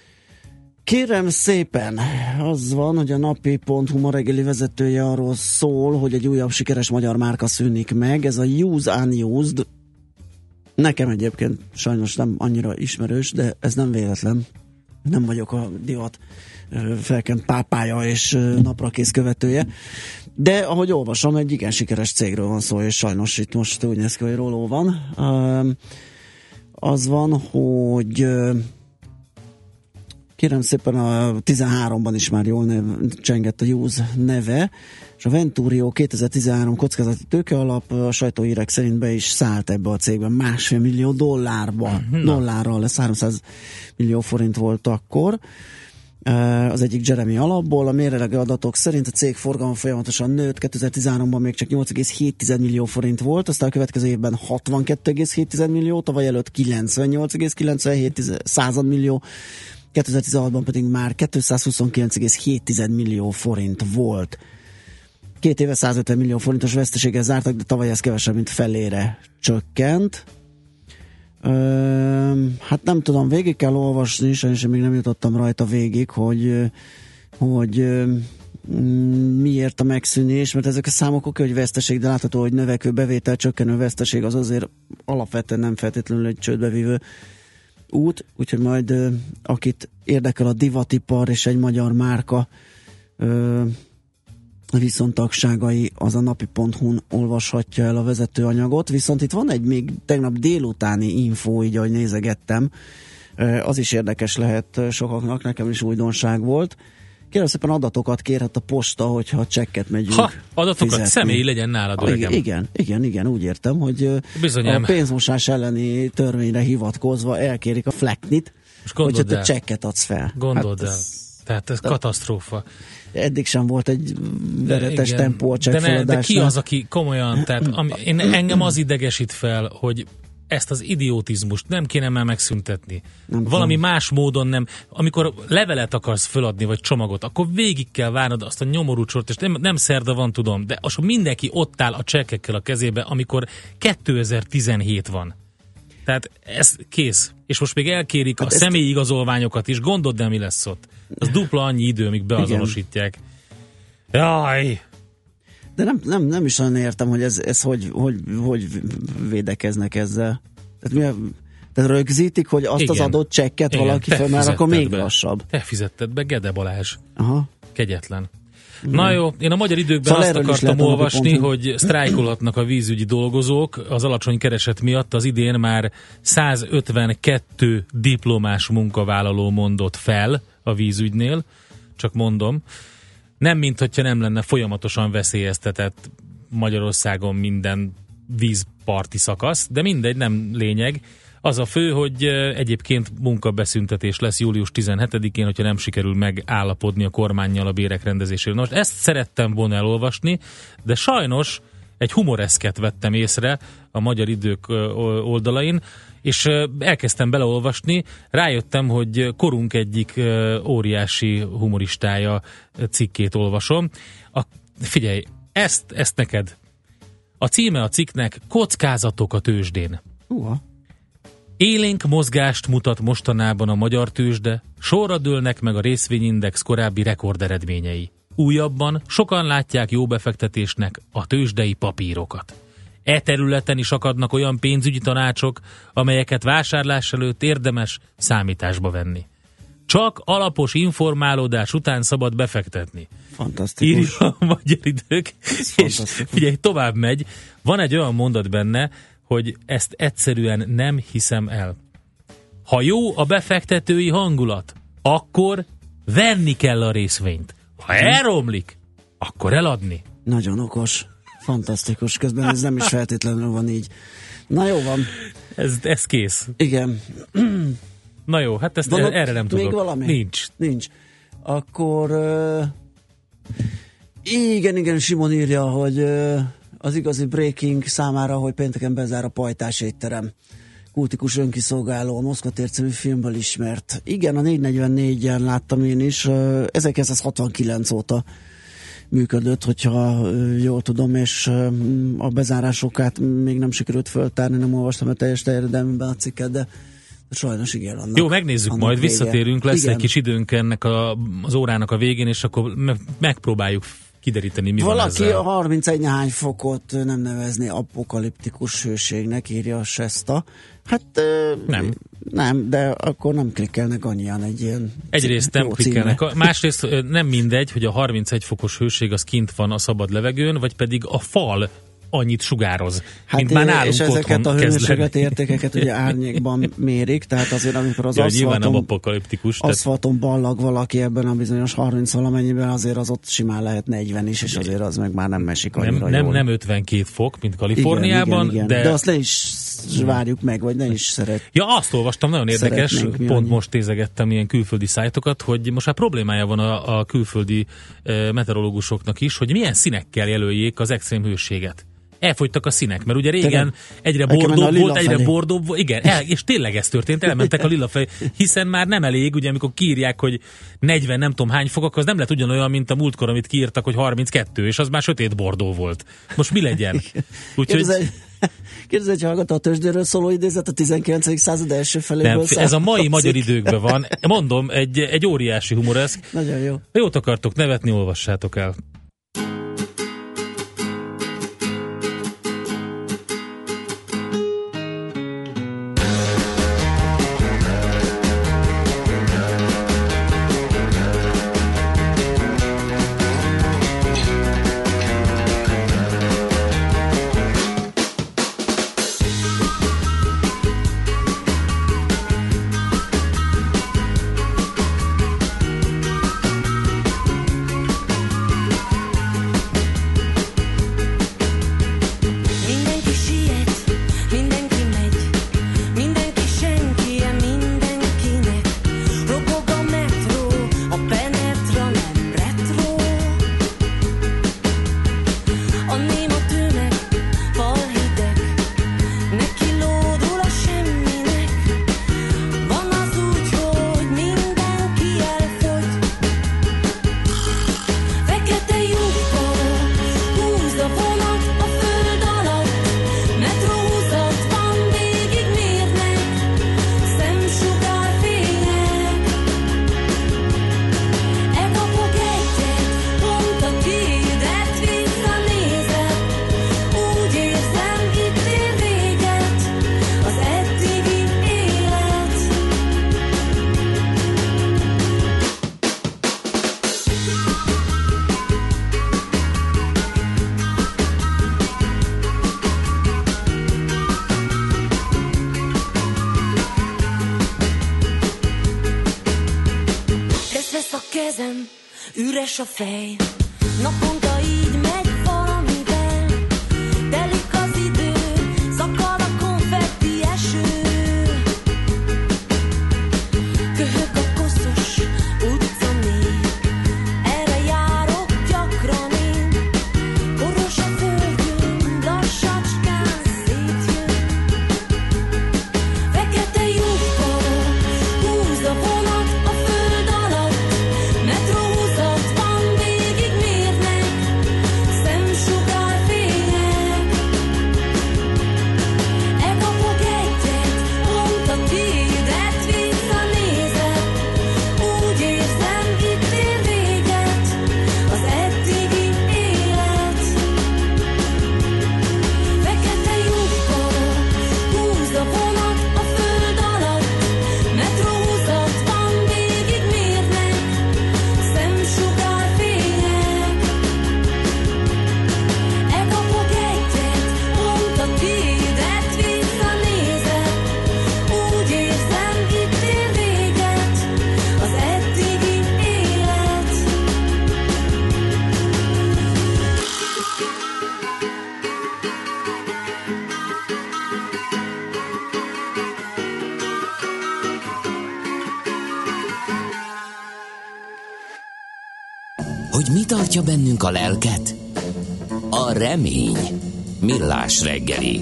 Kérem szépen, az van, hogy a napi pont hu ma reggeli vezetője arról szól, hogy egy újabb sikeres magyar márka szűnik meg, ez a Use Unused. Nekem egyébként sajnos nem annyira ismerős, de ez nem véletlen. Nem vagyok a divat felkent pápája és naprakész követője. De ahogy olvasom, egy igen sikeres cégről van szó, és sajnos itt most úgy néz ki, hogy róló van. Az van, hogy kérem szépen a tizenháromban is már jól nev, csengett a Use neve, és a Venturio kétezer-tizenhárom kockázati tőke alap a sajtóhírek szerint be is szállt ebbe a cégben másfél millió dollárba. Na. Dollárral lesz, háromszáz millió forint volt akkor. Az egyik Jeremy alapból. A mérleg adatok szerint a cég forgalom folyamatosan nőtt, kétezer-tizenháromban még csak nyolc egész hét millió forint volt, aztán a következő évben hatvankettő egész hét millió, tavaly előtt kilencvennyolc egész kilencvenhét század millió, kétezer-tizenhatban pedig már kétszázhuszonkilenc egész hét millió forint volt. Két éve százötven millió forintos veszteséggel zártak, de tavaly ez kevesebb, mint felére csökkent. Ö, hát nem tudom, végig kell olvasni, sajnos még nem jutottam rajta végig, hogy, hogy miért a megszűnés, mert ezek a számok oké, hogy veszteség, de látható, hogy növekvő bevétel, csökkenő veszteség az azért alapvetően nem feltétlenül egy csődbevívő út, úgyhogy majd akit érdekel a divatipar és egy magyar márka ö, viszontagságai, az a napi pont hu-n olvashatja el a vezetőanyagot, viszont itt van egy még tegnap délutáni infó, így ahogy nézegettem, az is érdekes lehet sokaknak, nekem is újdonság volt. Kérem szépen adatokat kérhet a posta, hogyha csekket megyünk Ha, adatokat, fizetni. Személy legyen nálad, öregem. Igen, igen, igen, úgy értem, hogy Bizonyám. a pénzmosás elleni törvényre hivatkozva elkérik a fleknit, hogyha te csekket adsz fel. Gondold hát el. Tehát ez katasztrófa. Eddig sem volt egy veretes tempó a csekkfeladásnál. De, de ki az, aki komolyan, tehát ami, én, engem az idegesít fel, hogy ezt az idiotizmust nem kéne már megszüntetni. Nem Valami tudom. Más módon nem. Amikor levelet akarsz föladni, vagy csomagot, akkor végig kell várnod azt a nyomorú csort, és nem, nem szerda van, tudom, de az, mindenki ott áll a csekkekkel a kezébe, amikor kétezer-tizenhét van. Tehát ez kész. És most még elkérik hát a személyi igazolványokat is, gondold el, mi lesz ott. Az dupla annyi idő, amíg beazonosítják. Jaj! De nem, nem, nem is olyan értem, hogy ez, ez hogy, hogy, hogy védekeznek ezzel. Tehát, mi a, tehát rögzítik, hogy azt igen. az adott csekket igen, valaki fel, mert akkor még be. lassabb. Te fizetted be, Gede Balázs. Aha. Kegyetlen. Mm. Na jó, én a Magyar Időkben szóval azt akartam olvasni, hogy sztrájkolhatnak a vízügyi dolgozók az alacsony kereset miatt. Az idén már százötvenkettő diplomás munkavállaló mondott fel a vízügynél, csak mondom. Nem, mint hogyha nem lenne folyamatosan veszélyeztetett Magyarországon minden vízparti szakasz, de mindegy, nem lényeg. Az a fő, hogy egyébként munkabeszüntetés lesz július tizenhetedikén, hogyha nem sikerül megállapodni a kormánnyal a bérek rendezéséről. Most ezt szerettem volna elolvasni, de sajnos egy humoreszket vettem észre a Magyar Idők oldalain, és elkezdtem beleolvasni, rájöttem, hogy korunk egyik óriási humoristája cikkét olvasom. A, figyelj, ezt, ezt neked. A címe a cikknek Kockázatok a tőzsdén. Uh-huh. Élénk mozgást mutat mostanában a magyar tőzsde, sorra dőlnek meg a részvényindex korábbi rekorderedményei. Újabban sokan látják jó befektetésnek a tőzsdei papírokat. E területen is akadnak olyan pénzügyi tanácsok, amelyeket vásárlás előtt érdemes számításba venni. Csak alapos informálódás után szabad befektetni. Fantasztikus. Írja a Magyar Idők, és figyelj, tovább megy. Van egy olyan mondat benne, hogy ezt egyszerűen nem hiszem el. Ha jó a befektetői hangulat, akkor venni kell a részvényt. Ha elromlik, akkor eladni. Nagyon okos. Fantasztikus. Közben ez nem is feltétlenül van így. Na jó van. Ez, ez kész. Igen. Na jó, hát ezt Vannak erre nem tudok. Még valami? Nincs. Nincs. Akkor uh, igen, igen, Simon írja, hogy uh, az igazi breaking számára, hogy pénteken bezár a Pajtás étterem. Kultikus önkiszolgáló, a Moszkva tér című filmből ismert. Igen, a négyszáznegyvennégyen láttam én is, uh, ezerkilencszázhatvankilenc óta működött, hogyha jól tudom, és a bezárásokát még nem sikerült föltárni, nem olvastam a teljes terjedelmében a cikket, de sajnos igen. Annak, jó, megnézzük majd, vége. Visszatérünk, lesz igen. egy kis időnk ennek a, az órának a végén, és akkor megpróbáljuk kideríteni, mi Valaki van ezzel. A harmincegy néhány fokot nem nevezni apokaliptikus hőségnek, írja a Sesta. Hát nem. Nem, de akkor nem klikkelnek annyian egy ilyen Egyrészt nem klikkelnek. Másrészt nem mindegy, hogy a harmincegy fokos hőség az kint van a szabad levegőn, vagy pedig a fal annyit sugároz, hát mint már nálunk és ezeket a hőmérséklet értékeket ugye árnyékban mérik, tehát azért amikor az ja, aszfalton, aszfalton ballag valaki ebben a bizonyos harminc valamennyiben, azért az ott simán lehet negyven is, és azért az meg már nem mesik annyira nem, nem, jól. Nem ötvenkét fok, mint Kaliforniában, igen, igen, igen. De... de azt le is várjuk meg, vagy ne is szeret. Ja, azt olvastam, nagyon érdekes, pont annyi. Most nézegettem ilyen külföldi szájtokat, hogy most már problémája van a, a külföldi uh, meteorológusoknak is, hogy milyen színekkel jelöljék az extrém hőséget. Elfogytak a színek, mert ugye régen egyre bordóbb volt, egyre bordóbb volt, igen, el, és tényleg ez történt, elmentek a lila felé, hiszen már nem elég, ugye amikor kiírják, hogy negyven nem tudom hány fok, az nem lett ugyanolyan, mint a múltkor, amit kiírtak, hogy harminckettő, és az már sötét bordó volt. Most mi legyen? Úgyhogy... Kérdez egy hallgató, a tőzsdéről szóló idézet a tizenkilencedik század első feléből. Nem, ez a mai Magyar Időkben van. Mondom, egy, egy óriási humoreszk. Nagyon jó. Jót akartok nevetni, olvassátok el. Poros a fej, naponta így megy valamivel, telik az idő, szakad a konfetti eső, köhög a koszos utca mély, erre járok gyakran én, poros a földön, lassacskán szétjön, fekete lyukban húz a vonat a föld alatt, metróhúzat van, végig mérnek szemsugárfények. Elkapok egyet, pont a tiédet visszanézek, úgy érzem, itt ér véget az eddigi élet. Fekete lyukban húz a vonat a föld alatt, metróhúzat van, végig mérnek szemsugárfények. Elkapok egyet, pont a tiédet visszanézek, úgy érzem, itt ér véget az eddigi élet. Hogy mi tartja bennünk a lelket? A remény. Millás reggeli.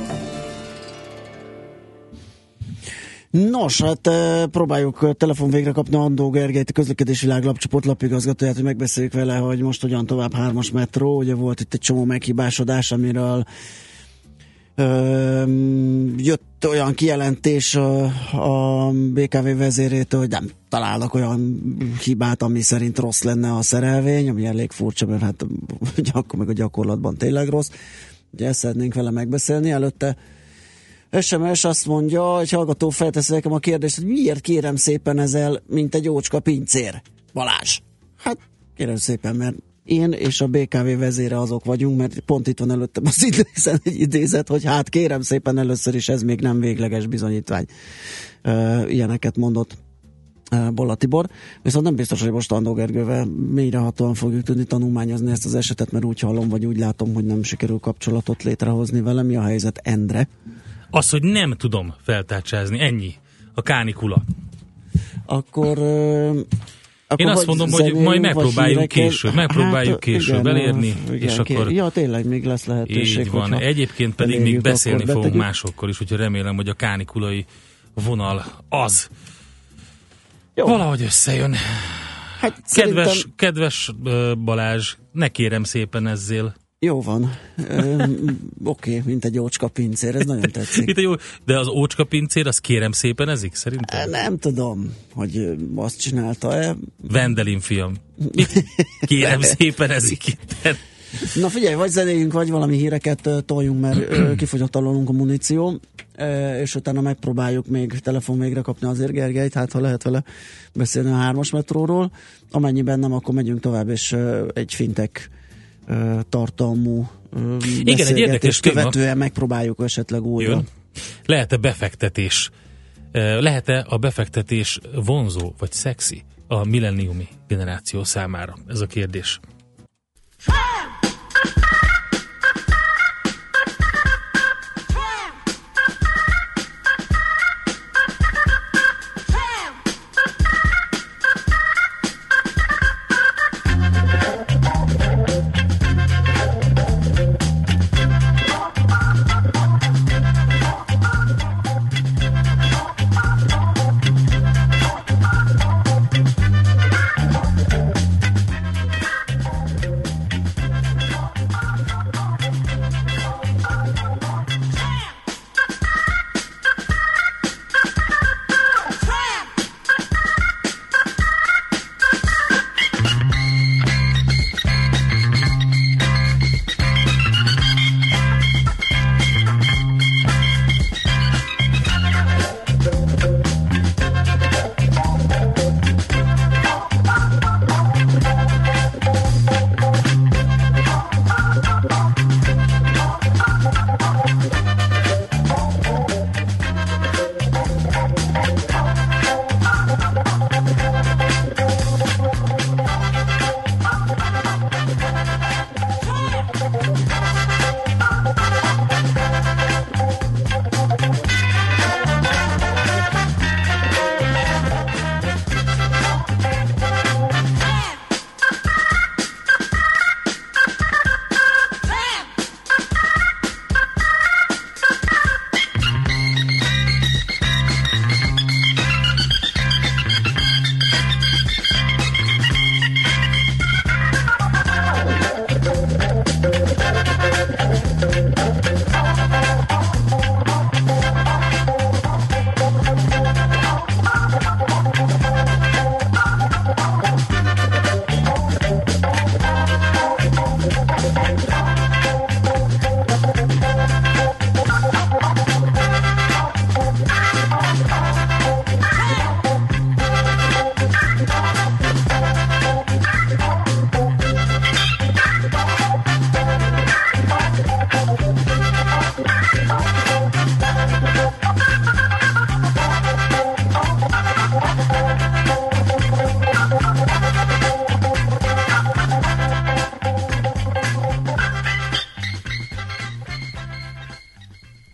Nos, hát e, próbáljuk telefon végre kapni Andó Gergelyt, a Közlekedési Világ lapcsoport lapigazgatóját, hogy megbeszéljük vele, hogy most hogyan tovább hármas metró. Ugye volt itt egy csomó meghibásodás, amiről ö, jött olyan kijelentés a, a bé ká vé vezérétől, hogy nem találnak olyan hibát, ami szerint rossz lenne a szerelvény, ami elég furcsa, mert hát akkor meg a gyakorlatban tényleg rossz. Ugye ezt szeretnénk vele megbeszélni. Előtte es em es azt mondja, hogy hallgató felteszi nekem a kérdést, hogy miért kérem szépen ezzel, mint egy ócska pincér? Balázs. Hát kérem szépen, mert én és a bé ká vé vezére azok vagyunk, mert pont itt van előttem az idézet, egy idézet, hogy hát kérem szépen először is, ez még nem végleges bizonyítvány. Uh, ilyeneket mondott uh, Bolla Tibor. Viszont nem biztos, hogy most Andó Gergővel mélyrehatóan fogjuk tudni tanulmányozni ezt az esetet, mert úgy hallom, vagy úgy látom, hogy nem sikerül kapcsolatot létrehozni vele. Mi a helyzet, Endre? Az, hogy nem tudom feltárcsázni, ennyi. A kánikula. Akkor... Uh, Én azt mondom, hogy majd megpróbáljuk később, megpróbáljuk hát, később igen, elérni, igen, és ké... akkor... Ja, tényleg még lesz lehetőség. Így van. Egyébként pedig még beszélni fogunk betegyük. másokkal is, úgyhogy remélem, hogy a kánikulai vonal az Jó. valahogy összejön. Hát kedves, szerintem... kedves uh, Balázs, ne kérem szépen ezzel. Jó van. Oké, okay, mint egy ócska pincér, ez nagyon tetszik. Itt jó, de az ócska pincér, az kérem szépen ezik, szerintem? Nem tudom, hogy azt csinálta-e. Vendelin, fiam. Kérem szépen ezik itt. Na figyelj, vagy zenéljünk, vagy valami híreket uh, toljunk, mert uh, kifogyott alólunk a muníció, uh, és utána megpróbáljuk még telefon végre kapni azért Gergelyt, hát ha lehet vele beszélni a hármas metróról. Amennyiben nem, akkor megyünk tovább, és uh, egy fintech uh, tartalmú uh, igen, egy érdekes követően téma. Megpróbáljuk esetleg újra. Jön. Lehet-e befektetés? Lehet-e a befektetés vonzó vagy szexi a milleniumi generáció számára? Ez a kérdés.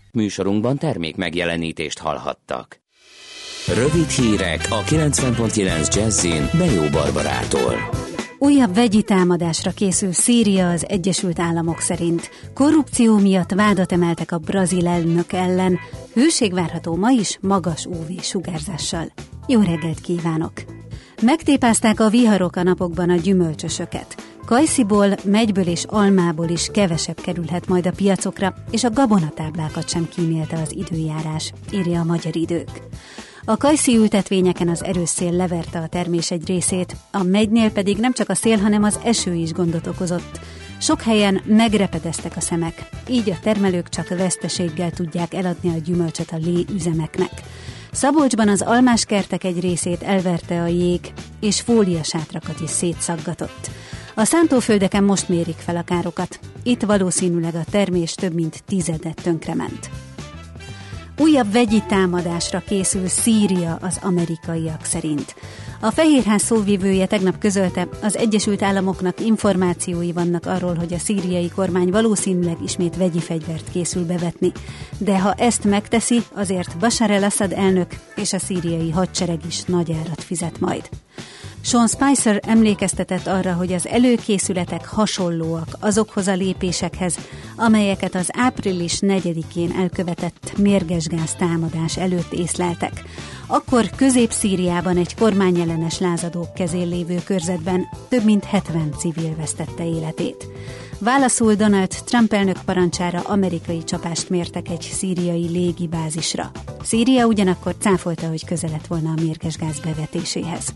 Műsorunkban termék megjelenítést hallhattak. Rövid hírek a kilencven pont kilenc Jazzin Bejó Barbarától. Újabb vegyi támadásra készül Szíria az Egyesült Államok szerint. Korrupció miatt vádat emeltek a brazil elnök ellen. Hőség várható ma is magas ú vé-sugárzással. Jó reggelt kívánok! Megtépázták a viharok a napokban a gyümölcsösöket. Kajsziból, megyből és almából is kevesebb kerülhet majd a piacokra, és a gabonatáblákat sem kímélte az időjárás, írja a Magyar Idők. A kajszi ültetvényeken az erős szél leverte a termés egy részét, a megynél pedig nem csak a szél, hanem az eső is gondot okozott. Sok helyen megrepedeztek a szemek, így a termelők csak veszteséggel tudják eladni a gyümölcsöt a léüzemeknek. Szabolcsban az almáskertek egy részét elverte a jég, és fóliasátrakat is szétszaggatott. A szántóföldeken most mérik fel a károkat. Itt valószínűleg a termés több mint tizedet tönkrement. Újabb vegyi támadásra készül Szíria az amerikaiak szerint. A Fehérház szóvivője tegnap közölte, az Egyesült Államoknak információi vannak arról, hogy a szíriai kormány valószínűleg ismét vegyi fegyvert készül bevetni. De ha ezt megteszi, azért Bashar al-Assad elnök és a szíriai hadsereg is nagy árat fizet majd. Sean Spicer emlékeztetett arra, hogy az előkészületek hasonlóak azokhoz a lépésekhez, amelyeket az április negyedikén elkövetett mérgesgáz támadás előtt észleltek. Akkor Közép-Szíriában egy kormányellenes lázadók kezén lévő körzetben több mint hetven civil vesztette életét. Válaszul Donald Trump elnök parancsára amerikai csapást mértek egy szíriai légibázisra. Szíria ugyanakkor cáfolta, hogy közel lett volna a mérgesgáz bevetéséhez.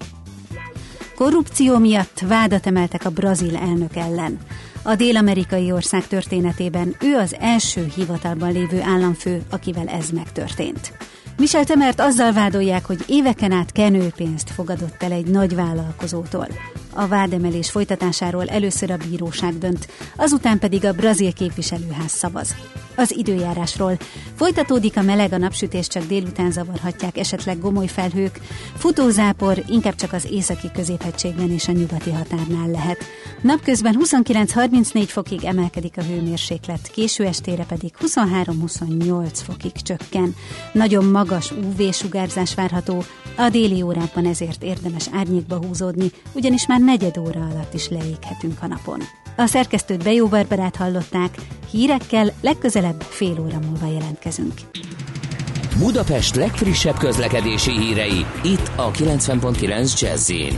Korrupció miatt vádat emeltek a brazil elnök ellen. A dél-amerikai ország történetében ő az első hivatalban lévő államfő, akivel ez megtörtént. Michel Temert azzal vádolják, hogy éveken át kenőpénzt fogadott el egy nagy vállalkozótól. A vádemelés folytatásáról először a bíróság dönt, azután pedig a brazil képviselőház szavaz. Az időjárásról. Folytatódik a meleg, a napsütés csak délután zavarhatják esetleg gomoly felhők, futózápor inkább csak az északi középhegységben és a nyugati határnál lehet. Napközben huszonkilenc-harmincnégy fokig emelkedik a hőmérséklet, késő estére pedig huszonhárom-huszonnyolc fokig csökken. Nagyon magas ú vé-sugárzás várható, a déli órákban ezért érdemes árnyékba húzódni, ugyanis már negyed óra alatt is leéghetünk a napon. A szerkesztőt Bejó Barbarát hallották, hírekkel legközelebb fél óra múlva jelentkezünk. Budapest legfrissebb közlekedési hírei, itt a kilencven pont kilenc Jazz-in.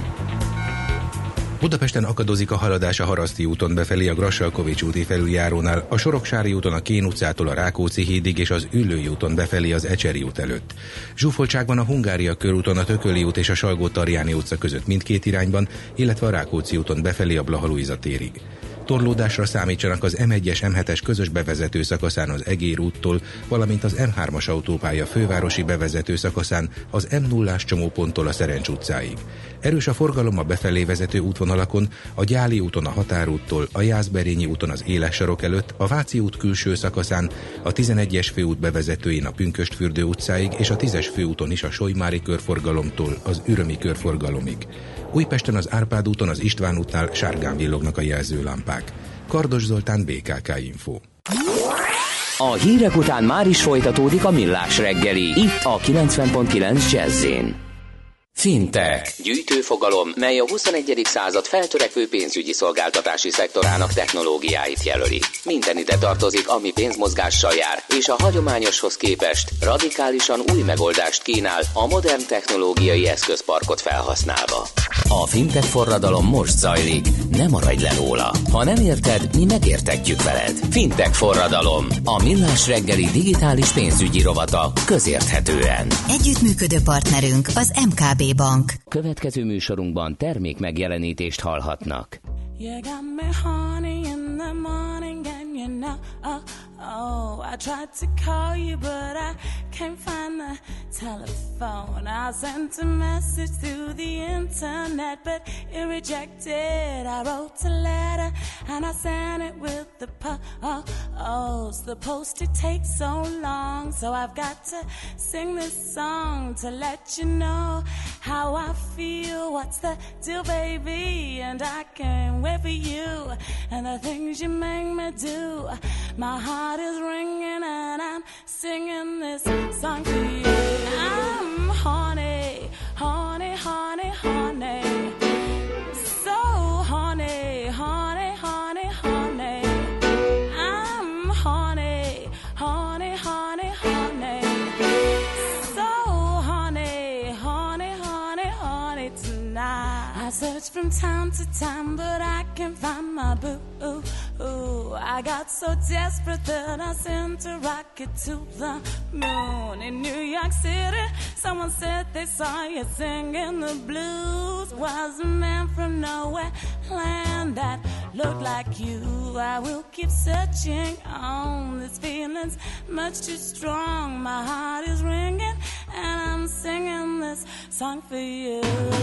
Budapesten akadozik a haladás a Haraszti úton befelé a Grassalkovich úti felüljárónál, a Soroksári úton a Kén utcától a Rákóczi hídig és az Üllői úton befelé az Ecseri út előtt. Zsúfoltság van a Hungária körúton a Tököli út és a Salgó-Tarjáni utca között mindkét irányban, illetve a Rákóczi úton befelé a Blaha Lujza térig. Torlódásra számítsanak az em egyes em hetes közös bevezető szakaszán az Egér úttól, valamint az em hármas autópálya fővárosi bevezető szakaszán az em nullás csomóponttól a Szerencs utcáig. Erős a forgalom a befelé vezető útvonalakon, a Gyáli úton a Határúttól, a Jászberényi úton az Éles sarok előtt, a Váci út külső szakaszán, a tizenegyes főút bevezetőjén a Pünkösdfürdő utcáig és a tízes főúton is a Solymári körforgalomtól az Ürömi körforgalomig. Újpesten az Árpád úton az István útnál sárgán villognak a jelzőlámpák. Kardos Zoltán, bé ká ká Info. A hírek után már is folytatódik a Millás reggeli, itt a kilencven pont kilenc Jazz-in. Fintech. Gyűjtőfogalom, mely a huszonegyedik század feltörekvő pénzügyi szolgáltatási szektorának technológiáit jelöli. Minden ide tartozik, ami pénzmozgással jár, és a hagyományoshoz képest radikálisan új megoldást kínál a modern technológiai eszközparkot felhasználva. A fintech forradalom most zajlik, ne maradj le róla. Ha nem érted, mi megértetjük veled. Fintech forradalom, a Millás reggeli digitális pénzügyi rovata közérthetően. Együttműködő partnerünk az em ká bé Bank. Következő műsorunkban termék megjelenítést hallhatnak. You got me honey in the morning and you know, oh, oh, I tried to call you but I can't find the telephone. I sent a message through the internet but it rejected. I wrote a letter and I sent it with the post. The postage takes so long, so I've got to sing this song to let you know how I feel. What's the deal, baby? And I can't wait for you and the things you make me do. My heart is ringing and I'm singing this song for you. I'm horny, horny, horny, horny. So horny, horny, horny, horny. I'm horny, horny, horny, horny. So horny, horny, horny, horny tonight. I search from time to time, but I can't find my boo. Ooh, I got so desperate that I sent a rocket to the moon. In New York City, someone said they saw you singing the blues. Was a man from nowhere land that looked like you. I will keep searching on. This feeling's much too strong. My heart is ringing and I'm singing this song for you.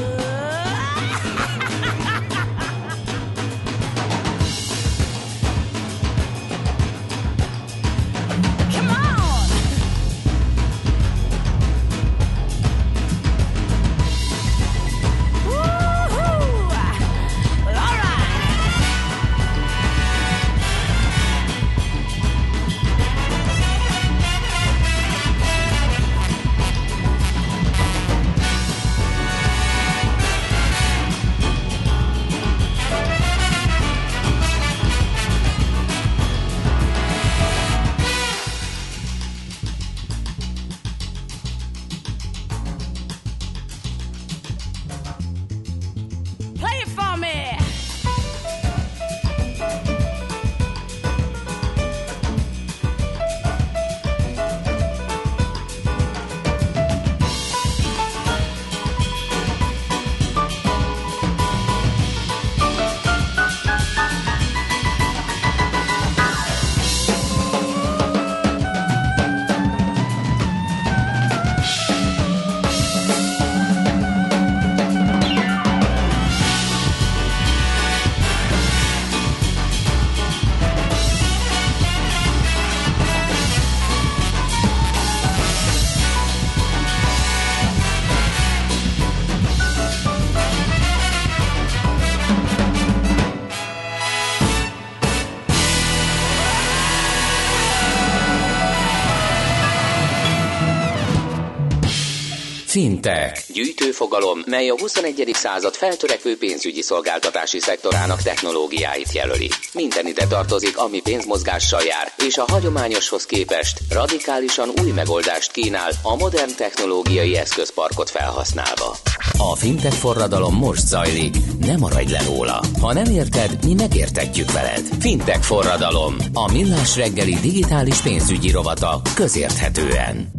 Fintech. Gyűjtőfogalom, mely a huszonegyedik század feltörekvő pénzügyi szolgáltatási szektorának technológiáit jelöli. Minden ide tartozik, ami pénzmozgással jár, és a hagyományoshoz képest radikálisan új megoldást kínál a modern technológiai eszközparkot felhasználva. A fintech forradalom most zajlik, ne maradj le róla. Ha nem érted, mi megértetjük veled. Fintech forradalom, a Millás reggeli digitális pénzügyi rovata közérthetően.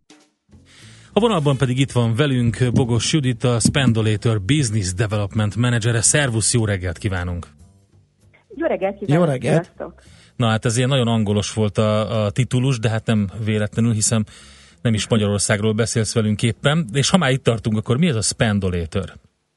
A vonalban pedig itt van velünk Bogos Judit, a Spendolator Business Development Managere. Szervusz, jó reggelt kívánunk! Jó reggelt kívánok! Jó reggelt! Sziasztok. Na hát ez ilyen nagyon angolos volt a, a titulus, de hát nem véletlenül, hiszen nem is Magyarországról beszélsz velünk éppen. És ha már itt tartunk, akkor mi ez a Spendolator?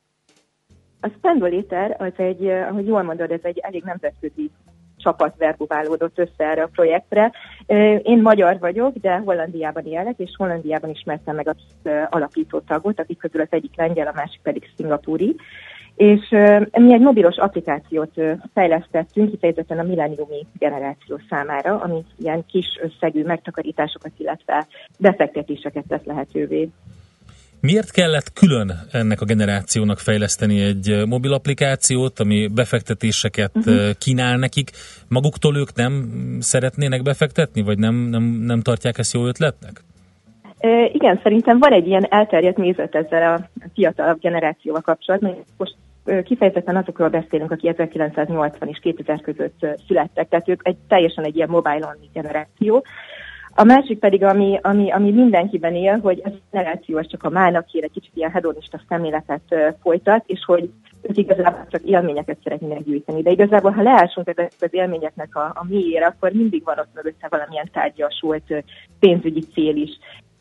A Spendolator az egy, ahogy jól mondod, ez egy elég nemzetközi csapat verbuválódott össze erre a projektre. Én magyar vagyok, de Hollandiában élek, és Hollandiában ismertem meg az alapító tagot, akik közül az egyik lengyel, a másik pedig szingapúri. És mi egy mobilos applikációt fejlesztettünk, kifejezetten a milleniumi generáció számára, ami ilyen kis összegű megtakarításokat, illetve befektetéseket tesz lehetővé. Miért kellett külön ennek a generációnak fejleszteni egy mobil applikációt, ami befektetéseket uh-huh. kínál nekik? Maguktól ők nem szeretnének befektetni, vagy nem, nem, nem tartják ezt jó ötletnek? E, igen, szerintem van egy ilyen elterjedt nézet ezzel a fiatalabb generációval kapcsolatban. Most kifejezetten azokról beszélünk, akik ezerkilencszáznyolcvan és kétezer között születtek, tehát ők egy, teljesen egy ilyen mobile-only generáció. A másik pedig, ami, ami, ami mindenkiben él, hogy ez a generáció az csak a mának kér, egy kicsit ilyen hedonista szemléletet uh, folytat, és hogy ők igazából csak élményeket szeretnének gyűjteni. De igazából, ha leásunk ezek az élményeknek a, a mélyére, akkor mindig van ott mögötte valamilyen tárgyasult uh, pénzügyi cél is.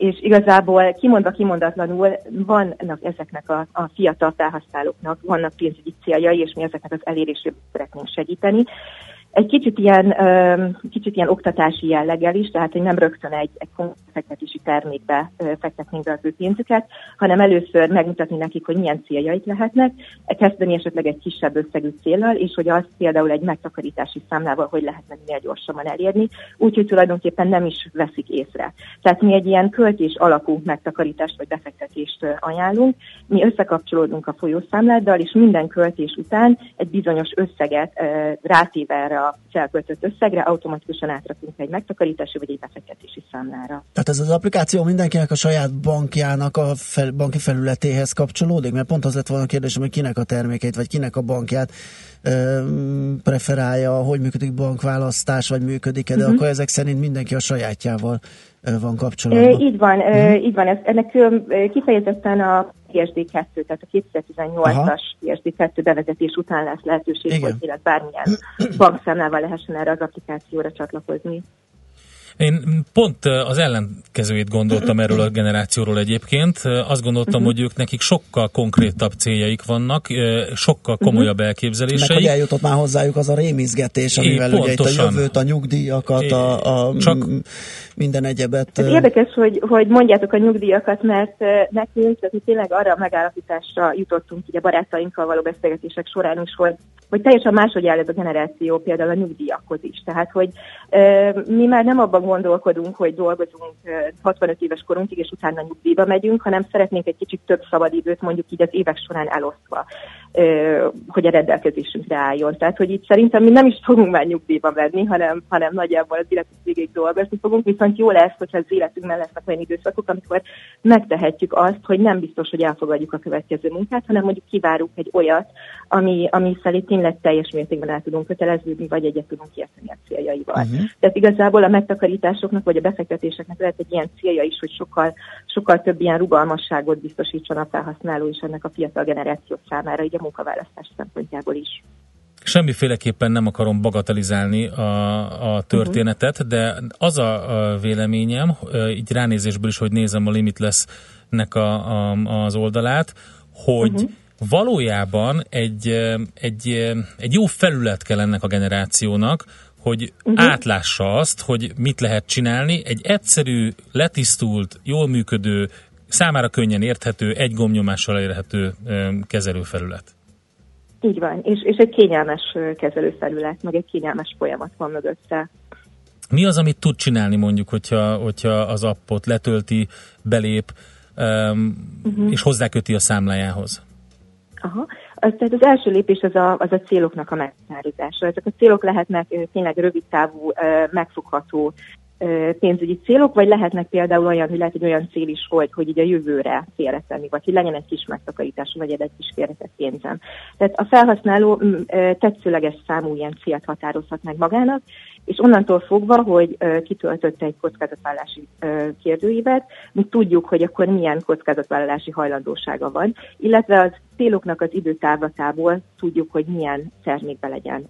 és igazából kimondva kimondatlanul vannak ezeknek a, a fiatal felhasználóknak, vannak pénzügyi céljai, és mi ezeknek az elérésében szeretnénk segíteni. Egy kicsit ilyen, kicsit ilyen oktatási jelleggel is, tehát hogy nem rögtön egy, egy fektetési termékbe fektetnénk be az ő pénzüket, hanem először megmutatni nekik, hogy milyen céljaik lehetnek, kezdeni esetleg egy kisebb összegű céllal, és hogy azt például egy megtakarítási számlával hogy lehetne minél gyorsabban elérni, úgyhogy tulajdonképpen nem is veszik észre. Tehát mi egy ilyen költés alapú megtakarítást vagy befektetést ajánlunk, mi összekapcsolódunk a folyószámláddal, és minden költés után egy bizonyos összeget rátéve erre a felköltött összegre automatikusan átrakunk egy megtakarítási vagy egy befektetési számlára. Tehát ez az applikáció mindenkinek a saját bankjának a fel, banki felületéhez kapcsolódik? Mert pont az lett volna a kérdésem, hogy kinek a termékeit, vagy kinek a bankját ö, preferálja, hogy működik bankválasztás, vagy működik-e, de uh-huh. akkor ezek szerint mindenki a sajátjával ö, van kapcsolatban. Így van, uh-huh. így van. Ez, ennek kifejezetten a P S D kettő, tehát a kétezer-tizennyolcas P S D kettő bevezetés után lesz lehetőség, igen. hogy tényleg bármilyen bankszámlával lehessen erre az applikációra csatlakozni. Én pont az ellenkezőjét gondoltam erről a generációról egyébként. Azt gondoltam, uh-huh. hogy ők nekik sokkal konkrétabb céljaik vannak, sokkal komolyabb uh-huh. elképzeléseik. Meg hogy eljutott már hozzájuk az a rémizgetés, amivel é, ugye itt a jövőt, a nyugdíjakat, é, a, a csak minden egyebet. Ez érdekes, hogy, hogy mondjátok a nyugdíjakat, mert nekünk tehát tényleg arra a megállapításra jutottunk így a barátainkkal való beszélgetések során is, hogy, hogy teljesen máshogy áll ez a generáció például a nyugdíjakhoz is. Tehát, hogy e, mi már nem abban gondolkodunk, hogy dolgozunk hatvanöt éves korunkig, és utána nyugdíjba megyünk, hanem szeretnénk egy kicsit több szabadidőt mondjuk így az évek során elosztva, hogy a rendelkezésünkre álljon. Tehát, hogy itt szerintem mi nem is fogunk már nyugdíjba menni, hanem, hanem nagyjából az életünk végéig dolgozni fogunk, viszont jó lesz, hogyha az életünkben lesznek olyan időszakok, amikor megtehetjük azt, hogy nem biztos, hogy elfogadjuk a következő munkát, hanem mondjuk kivárunk egy olyat, ami, ami felé tényleg teljes mértékben el tudunk köteleződni, vagy egyet tudunk érteni a céljaival. Uh-huh. Tehát igazából a megtakarításoknak, vagy a befektetéseknek lehet egy ilyen célja is, hogy sokkal, sokkal több ilyen rugalmasságot biztosítson a felhasználó is ennek a fiatal generáció számára, így a munkaválasztás szempontjából is. Semmiféleképpen nem akarom bagatelizálni a, a történetet, uh-huh. de az a, a véleményem, így ránézésből is, hogy nézem a Limitless-nek a, a, az oldalát, hogy uh-huh. valójában egy, egy, egy jó felület kell ennek a generációnak, hogy uh-huh. átlássa azt, hogy mit lehet csinálni. Egy egyszerű, letisztult, jól működő, számára könnyen érthető, egy gombnyomással érhető kezelőfelület. Így van, és, és egy kényelmes kezelőfelület, meg egy kényelmes folyamat van mögötte. Mi az, amit tud csinálni mondjuk, hogyha, hogyha az appot letölti, belép, um, uh-huh. és hozzáköti a számlájához? Aha. Az, tehát az első lépés az a, az a céloknak a meghatározása. Ezek a célok lehetnek tényleg rövidtávú, megfogható pénzügyi célok, vagy lehetnek például olyan, hogy lehet egy olyan cél is, hogy, hogy így a jövőre félretenni, vagy hogy legyen egy kis megtakarítás, vagy egy kis félretett pénzem. Tehát a felhasználó tetszőleges számú ilyen célt határozhat meg magának, és onnantól fogva, hogy kitöltött egy kockázatvállalási kérdőívet, mi tudjuk, hogy akkor milyen kockázatvállalási hajlandósága van, illetve az céloknak az időtávlatából tudjuk, hogy milyen termékbe legyen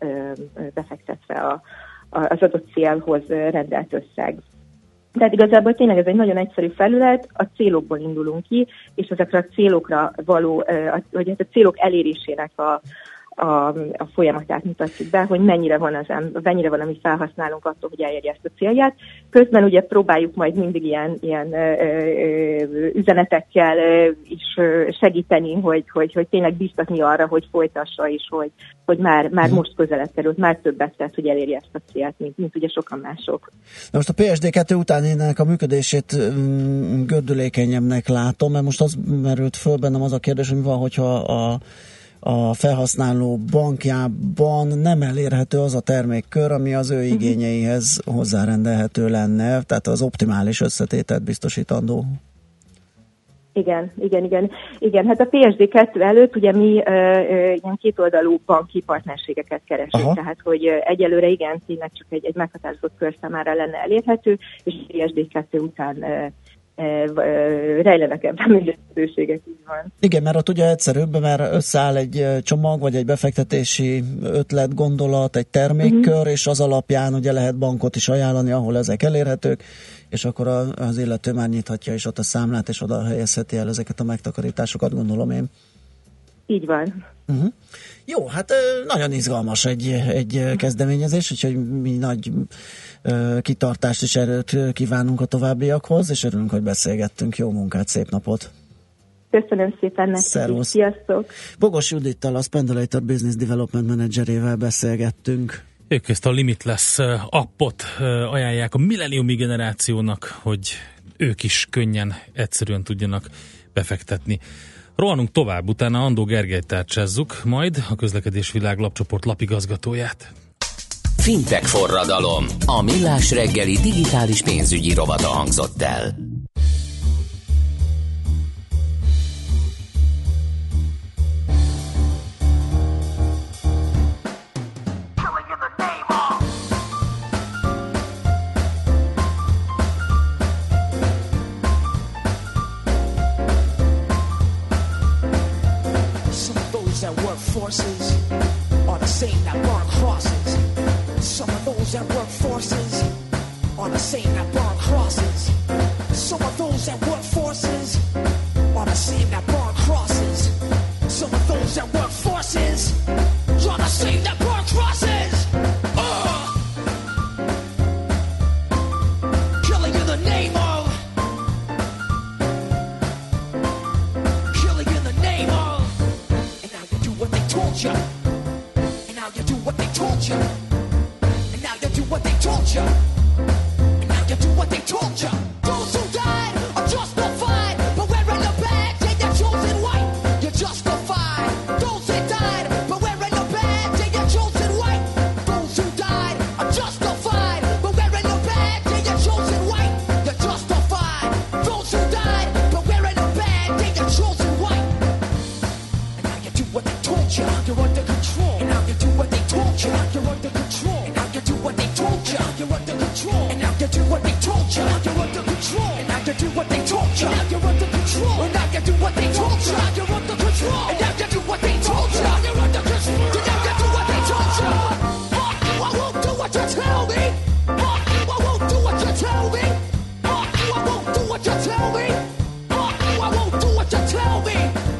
befektetve a az adott célhoz rendelt összeg. Tehát igazából tényleg ez egy nagyon egyszerű felület, a célokból indulunk ki, és ezekre a célokra való, vagy a célok elérésének a, a, a folyamatát mutatjuk be, hogy mennyire van, az, mennyire van a mi felhasználunk attól, hogy elérje ezt a célját. Közben ugye próbáljuk majd mindig ilyen, ilyen ö, ö, üzenetekkel ö, is ö, segíteni, hogy, hogy, hogy tényleg biztatni arra, hogy folytassa, és hogy, hogy már, már hmm. most közelebb került, már többet tett, hogy elérje ezt a célt, mint, mint ugye sokan mások. Na most a P S D kettő után én ennek a működését mm, gördülékenyebbnek látom, mert most az merült föl bennem az a kérdés, hogy mi van, hogyha a a felhasználó bankjában nem elérhető az a termékkör, ami az ő igényeihez hozzárendelhető lenne, tehát az optimális összetételt biztosítandó. Igen, igen, igen. Igen, hát a P S D kettő előtt ugye mi uh, uh, ilyen kétoldalú banki partnerségeket keresünk, Aha. tehát hogy uh, egyelőre igen, tényleg csak egy, egy meghatározott kör számára lenne elérhető, és a P S D kettő után uh, rejlenek ebben lehetőségek, így van. Igen, mert ott ugye egyszerűbb, mert összeáll egy csomag, vagy egy befektetési ötlet, gondolat, egy termékkör, uh-huh. és az alapján ugye lehet bankot is ajánlani, ahol ezek elérhetők, és akkor az illető már nyithatja is ott a számlát, és oda helyezheti el ezeket a megtakarításokat, gondolom én. Így van. Uh-huh. Jó, hát nagyon izgalmas egy, egy kezdeményezés, úgyhogy mi nagy uh, kitartást és erőt kívánunk a továbbiakhoz, és örülünk, hogy beszélgettünk. Jó munkát, szép napot! Köszönöm szépen nekik. Szervusz. Sziasztok! Bogos Judittal, a Spendolator Business Development Managerével beszélgettünk. Ők ezt a Limitless appot ajánlják a milleniumi generációnak, hogy ők is könnyen, egyszerűen tudjanak befektetni. Rohanunk tovább, utána Andó Gergelyt tárcsázzuk, majd a Közlekedés Világ lapcsoport lapigazgatóját. Fintech forradalom. A Millás reggeli digitális pénzügyi rovata hangzott el. Forces are the same that burn crosses. Some of those that work forces are the same that burn crosses. Some of those that work forces are the same that burn crosses. Some of those that work forces are the same that burn crosses. Uh! Killing in the name of. Killing in the name of. You. And now you do what they told you. And now you do what they told you. And now you do what they told you. Those who died are justified, but wearing the badge and you're chosen white. You're justified. Those who died, but wearing the badge and you're chosen white. Those who died are justified, but wearing the badge and you're chosen white. You're justified. Those who died, but wearing the badge and you're chosen white. And now you do what they told you. You're under control. And now you do what they told you. You're under control. And now you do what they told you. You're under control. And now you do what they told you. You're under control. And now you do what they told you. Now you're under control. And now you do what they told you. You're under control. And now you do what they told you. You're under control. And now you do what they told you. Fuck you, I won't do what you tell me. Fuck you, I won't do what you tell me. Fuck you, I won't do what you tell me. Fuck you, I won't do what you tell me.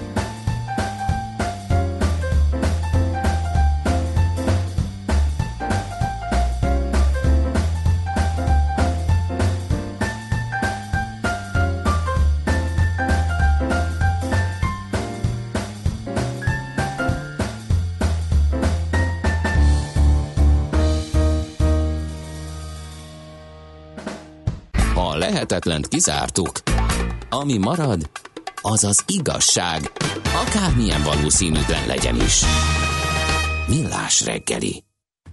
A lehetetlent kizártuk. Ami marad, az az igazság, akármilyen valószínűtlen legyen is. Millás reggeli.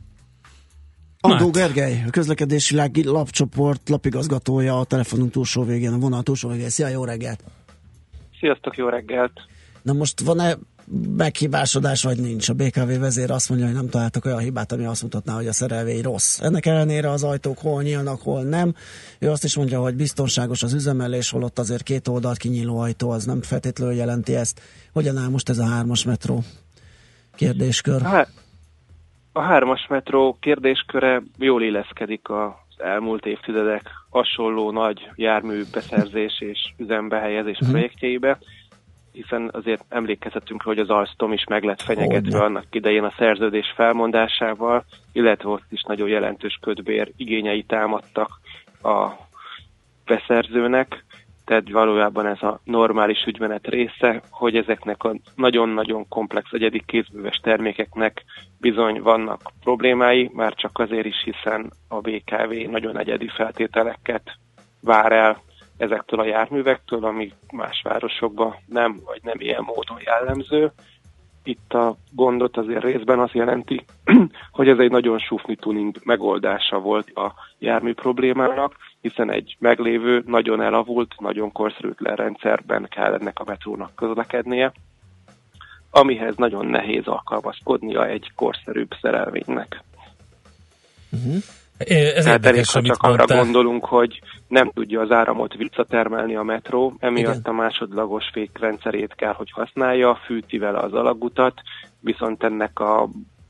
Andó Gergely, a Közlekedési Világ lapcsoport lapigazgatója, a telefonunk túlsó végén, a vonal túlsó végén. Szia, jó reggelt! Sziasztok, jó reggelt! Na most van-e meghibásodás, vagy nincs? A bé ká vé vezér azt mondja, hogy nem találtak olyan hibát, ami azt mutatná, hogy a szerelvény rossz. Ennek ellenére az ajtók hol nyílnak, hol nem. Ő azt is mondja, hogy biztonságos az üzemelés, holott azért két oldalt kinyíló ajtó, az nem feltétlenül jelenti ezt. Hogyan áll most ez a hármas metró kérdéskör? A, a hármas metró kérdésköre jól illeszkedik az elmúlt évtizedek hasonló nagy jármű beszerzés és üzembehelyezés uh-huh. projektjeibe, hiszen azért emlékezhetünk, hogy az Alstom is meg lett fenyegetve oh, annak idején a szerződés felmondásával, illetve ott is nagyon jelentős kötbér igényei támadtak a beszerzőnek, tehát valójában ez a normális ügymenet része, hogy ezeknek a nagyon-nagyon komplex egyedi kézműves termékeknek bizony vannak problémái, már csak azért is, hiszen a bé ká vé nagyon egyedi feltételeket vár el ezektől a járművektől, ami más városokban nem, vagy nem ilyen módon jellemző. Itt a gondot azért részben azt jelenti, hogy ez egy nagyon sufni tuning megoldása volt a jármű problémának, hiszen egy meglévő, nagyon elavult, nagyon korszerűtlen rendszerben kell ennek a metrónak közlekednie, amihez nagyon nehéz alkalmazkodnia egy korszerűbb szerelvénynek. Uh-huh. Ez Tehát elég, ha csak arra mondtál. gondolunk, hogy nem tudja az áramot visszatermelni a metró, emiatt Igen. a másodlagos fékrendszerét kell, hogy használja, fűti vele az alagutat, viszont ennek a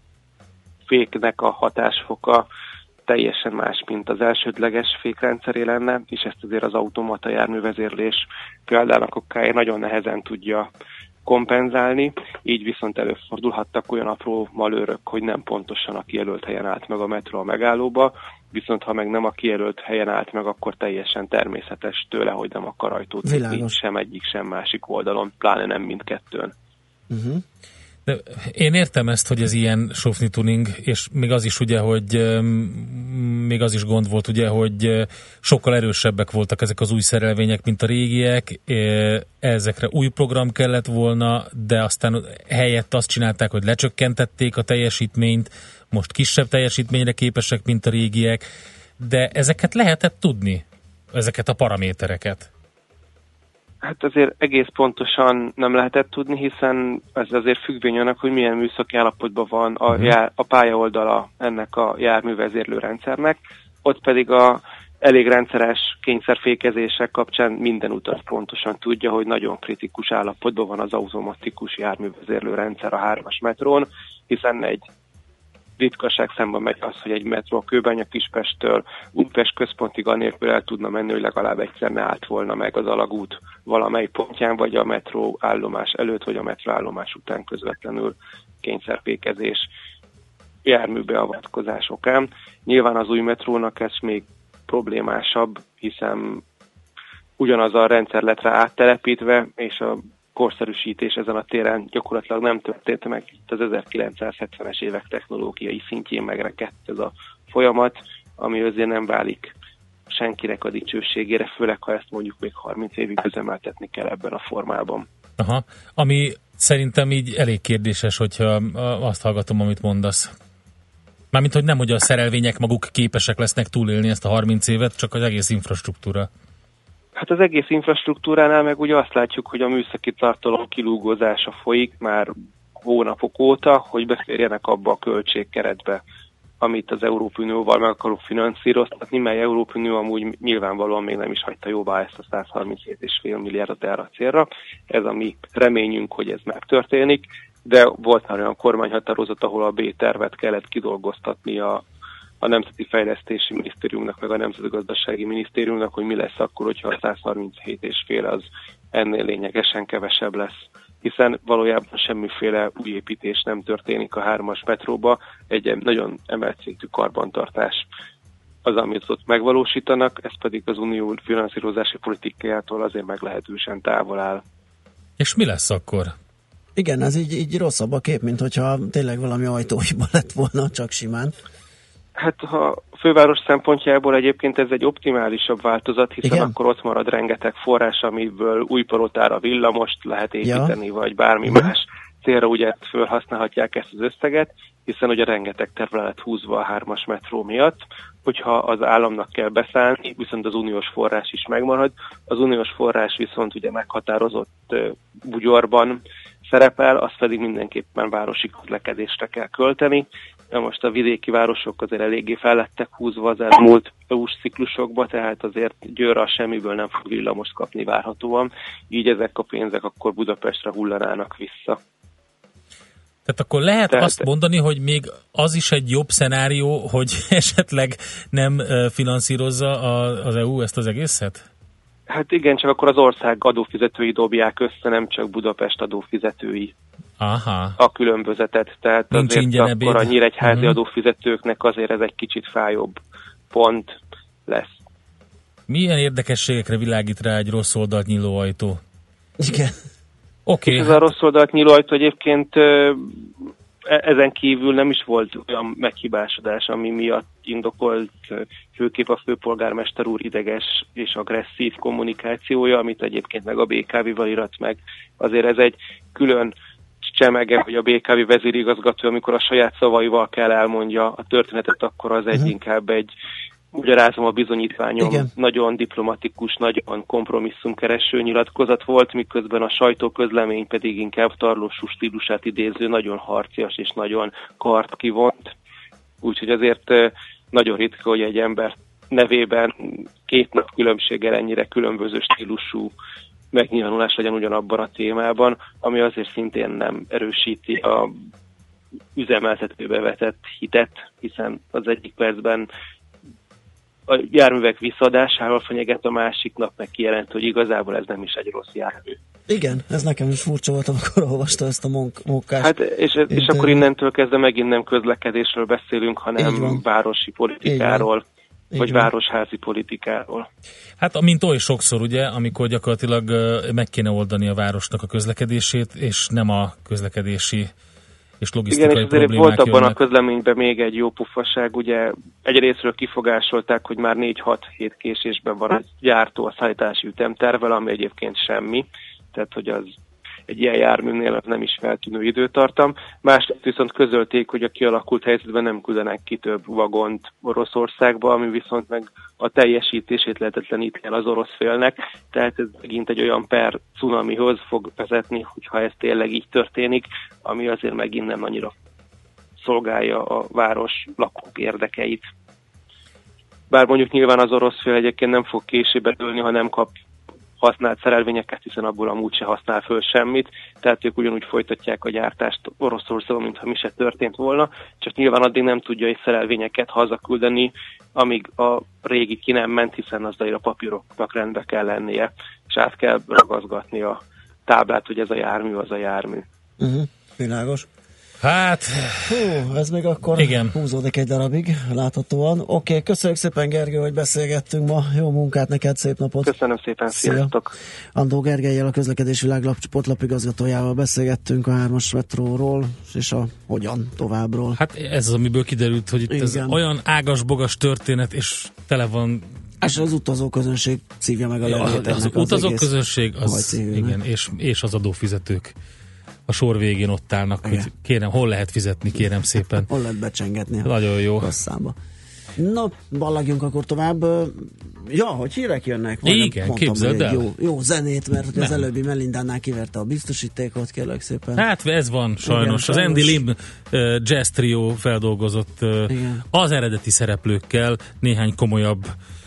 féknek a hatásfoka teljesen más, mint az elsődleges fékrendszeré lenne, és ezt azért az automata járművezérlés példának okáért nagyon nehezen tudja kompenzálni, így viszont előfordulhattak olyan apró malőrök, hogy nem pontosan a kijelölt helyen állt meg a metró a megállóba, viszont ha meg nem a kijelölt helyen állt meg, akkor teljesen természetes tőle, hogy nem akar ajtót nyitni sem egyik, sem másik oldalon, pláne nem mindkettőn. Uh-huh. De én értem ezt, hogy ez ilyen sofni tuning, és még az is ugye, hogy um, még az is gond volt ugye, hogy uh, sokkal erősebbek voltak ezek az új szerelvények, mint a régiek, uh, ezekre új program kellett volna, de aztán helyett azt csinálták, hogy lecsökkentették a teljesítményt, most kisebb teljesítményre képesek, mint a régiek, de ezeket lehetett tudni, ezeket a paramétereket. Hát azért egész pontosan nem lehetett tudni, hiszen ez azért függvény annak, hogy milyen műszaki állapotban van a, Uh-huh. jár, a pályaoldala ennek a járművezérlő rendszernek, ott pedig a elég rendszeres kényszerfékezések kapcsán minden utas pontosan tudja, hogy nagyon kritikus állapotban van az automatikus járművezérlő rendszer a hármas metrón, hiszen egy ritkaság szemben megy az, hogy egy metró a Kőbánya-Kispesttől Újpest központig anélkül el tudna menni, hogy legalább egyszer ne állt volna meg az alagút valamely pontján, vagy a metró állomás előtt, vagy a metró állomás után közvetlenül kényszerfékezés járműbeavatkozás okán. Nyilván az új metrónak ez még problémásabb, hiszen ugyanaz a rendszer lett rá áttelepítve, és a korszerűsítés ezen a téren gyakorlatilag nem történt meg. Itt az ezerkilencszázhetvenes évek technológiai szintjén megrekedt ez a folyamat, ami azért nem válik senkinek a dicsőségére, főleg ha ezt mondjuk még harminc évig üzemeltetni kell ebben a formában. Aha, ami szerintem így elég kérdéses, hogyha azt hallgatom, amit mondasz. Mármint, hogy nem, hogy a szerelvények maguk képesek lesznek túlélni ezt a harminc évet, csak az egész infrastruktúra. Hát az egész infrastruktúránál meg ugye azt látjuk, hogy a műszaki tartalom kilúgozása folyik már hónapok óta, hogy beférjenek abba a költségkeretbe, amit az Európai Unióval meg akarunk finanszíroztatni, mely Európai Unió amúgy nyilvánvalóan még nem is hagyta jóvá ezt a száz harminchét egész öt milliárdot erre a célra. Ez a mi reményünk, hogy ez megtörténik, de volt már olyan kormányhatározat, ahol a B-tervet kellett kidolgoztatni a a Nemzeti Fejlesztési Minisztériumnak, meg a Nemzetgazdasági Minisztériumnak, hogy mi lesz akkor, hogyha a száz harminchét egész öt az ennél lényegesen kevesebb lesz. Hiszen valójában semmiféle új építés nem történik a hármas metróba, egy nagyon emelt szintű karbantartás az, amit ott megvalósítanak, ez pedig az unió finanszírozási politikájától azért meglehetősen távol áll. És mi lesz akkor? Igen, ez így, így rosszabb a kép, mint hogyha tényleg valami ajtóhiba lett volna, csak simán. Hát ha a főváros szempontjából egyébként ez egy optimálisabb változat, hiszen igen, akkor ott marad rengeteg forrás, amiből új palotára villamost lehet építeni, ja, vagy bármi ja. más célra ugye felhasználhatják ezt az összeget, hiszen ugye rengeteg terv lett húzva a hármas metró miatt, hogyha az államnak kell beszállni, viszont az uniós forrás is megmarad. Az uniós forrás viszont ugye meghatározott bugyorban szerepel, azt pedig mindenképpen városi közlekedésre kell költeni. Most a vidéki városok azért eléggé fel lettek húzva az elmúlt é u-s ciklusokba, tehát azért Győr semmiből nem fog villamost kapni várhatóan, így ezek a pénzek akkor Budapestre hullanának vissza. Tehát akkor lehet Tehát... azt mondani, hogy még az is egy jobb szenárió, hogy esetleg nem finanszírozza az é u ezt az egészet? Hát igen, csak akkor az ország adófizetői dobják össze, nem csak Budapest adófizetői. Aha. A különbözetet. Tehát nincs azért akkor ebéd. A nyíregyházi uh-huh. adófizetőknek azért ez egy kicsit fájóbb pont lesz. Milyen érdekességekre világít rá egy rossz oldalt nyíló ajtó? Igen. Oké. Okay. Ez a rossz oldalt nyíló ajtó egyébként ezen kívül nem is volt olyan meghibásodás, ami miatt indokolt főképp a főpolgármester úr ideges és agresszív kommunikációja, amit egyébként meg a bé ká vé-val irat meg. Azért ez egy külön csemege, hogy a bé ká vé vezérigazgató, amikor a saját szavaival kell elmondja a történetet, akkor az egy uh-huh. inkább egy, ugyanázom a bizonyítványom, igen, nagyon diplomatikus, nagyon kompromisszumkereső nyilatkozat volt, miközben a sajtóközlemény pedig inkább Tarlós úr stílusát idéző, nagyon harcias és nagyon kart kivont. Úgyhogy azért nagyon ritka, hogy egy ember nevében két nap különbséggel ennyire különböző stílusú megnyilvánulás legyen ugyanabban a témában, ami azért szintén nem erősíti a üzemeltetőbe vetett hitet, hiszen az egyik percben a járművek visszaadásával fenyeget, a másik nap meg kijelent, hogy igazából ez nem is egy rossz jármű. Igen, ez nekem is furcsa volt, amikor olvasta ezt a monk- mókás. Hát, és, és akkor innentől kezdve megint nem közlekedésről beszélünk, hanem városi politikáról, vagy van. Városházi politikáról. Hát amint oly sokszor, ugye, amikor gyakorlatilag meg kéne oldani a városnak a közlekedését, és nem a közlekedési és logisztikai igen, és problémák volt abban jönnek. a közleményben még egy jó pufaság, ugye egyrészről kifogásolták, hogy már négy-hat hét késésben van a gyártó a szállítási ütemtervvel, ami egyébként semmi, tehát hogy az egy ilyen járműnél az nem is feltűnő időtartam. Másrészt viszont közölték, hogy a kialakult helyzetben nem küldenek ki több vagont Oroszországba, ami viszont meg a teljesítését lehetetleníti el az orosz félnek, tehát ez megint egy olyan per cunamihoz fog vezetni, hogyha ez tényleg így történik, ami azért megint nem annyira szolgálja a város lakók érdekeit. Bár mondjuk nyilván az orosz fél egyébként nem fog késébe dőlni, ha nem kap használt szerelvényeket, hiszen abból amúgy se használ föl semmit, tehát ők ugyanúgy folytatják a gyártást Oroszországon, mintha mi se történt volna, csak nyilván addig nem tudja egy szerelvényeket hazaküldeni, amíg a régi ki nem ment, hiszen az a papíroknak rendbe kell lennie, és át kell ragazgatni a táblát, hogy ez a jármű, az a jármű. Uh-huh, világos. Hát... Hú, ez még akkor igen. Húzódik egy darabig, láthatóan. Oké, okay, köszönjük szépen, Gergő, hogy beszélgettünk ma. Jó munkát neked, szép napot! Köszönöm szépen, sziasztok! Andó Gergellyel, a Közlekedési Világlap sportlapigazgatójával beszélgettünk a hármas metróról, és a hogyan továbbról. Hát ez az, amiből kiderült, hogy itt igen. ez olyan ágas-bogas történet, és tele van... És az utazóközönség szívja meg a levét. Az, az utazóközönség, az, igen, és, és az adófizetők a sor végén ott állnak, igen. hogy kérem, hol lehet fizetni, kérem szépen. Hol lehet becsengetni. Nagyon jó. Kasszába. No, ballagjunk akkor tovább. Ja, hogy hírek jönnek. Majdnem igen, képzeld el. Jó, jó zenét, mert nem. Az előbbi Melindánál kiverte a biztosítékot, kérlek szépen. Hát ez van, sajnos. Igen, sajnos. Az Andy Lim uh, Jazz Trio feldolgozott uh, az eredeti szereplőkkel néhány komolyabb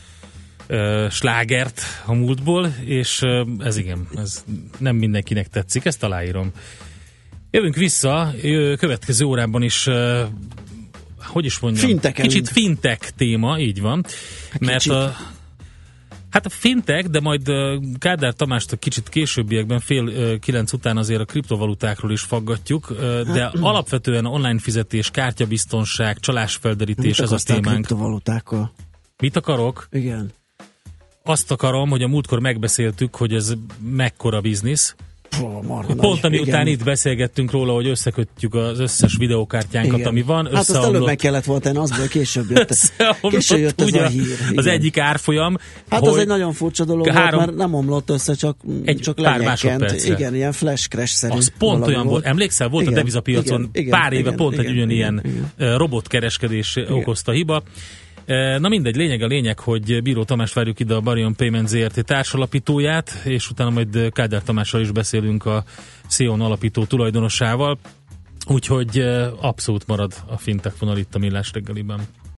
uh, slágert a múltból, és uh, ez igen, ez nem mindenkinek tetszik, ezt aláírom. Jövünk vissza, következő órában is uh, hogy is mondjam, Fintekelünk. Kicsit fintech téma, így van. Mert kicsit. a Hát a fintech, de majd Kádár Tamást a kicsit későbbiekben fél kilenc után azért a kriptovalutákról is faggatjuk, de alapvetően online fizetés, kártyabiztonság, csalásfelderítés, ez a témánk. Kriptovalutákkal? Mit akarok? Igen. Azt akarom, hogy a múltkor megbeszéltük, hogy ez mekkora biznisz. Marha Pont ami után itt beszélgettünk róla, hogy összekötjük az összes videókártyánkat, igen. ami van. Hát azt előbb meg kellett volna tenni, azból később jött, később jött ez a hír. Igen. Az egyik árfolyam. Hát az egy nagyon furcsa dolog három, volt, mert nem omlott össze, csak, egy csak pár másodpercre. Igen, ilyen flash crash-szerű. Az pont olyan volt. volt. Emlékszel, volt igen, a devizapiacon igen, igen, pár éve igen, pont igen, egy igen, ugyanilyen igen. robotkereskedés igen. okozta hiba. Na mindegy, lényeg a lényeg, hogy Bíró Tamás várjuk ide, a Barion Payment zé er té társalapítóját, és utána majd Kádár Tamással is beszélünk, a Szion alapító tulajdonosával, úgyhogy abszolút marad a fintech vonal itt a Millás reggeliben.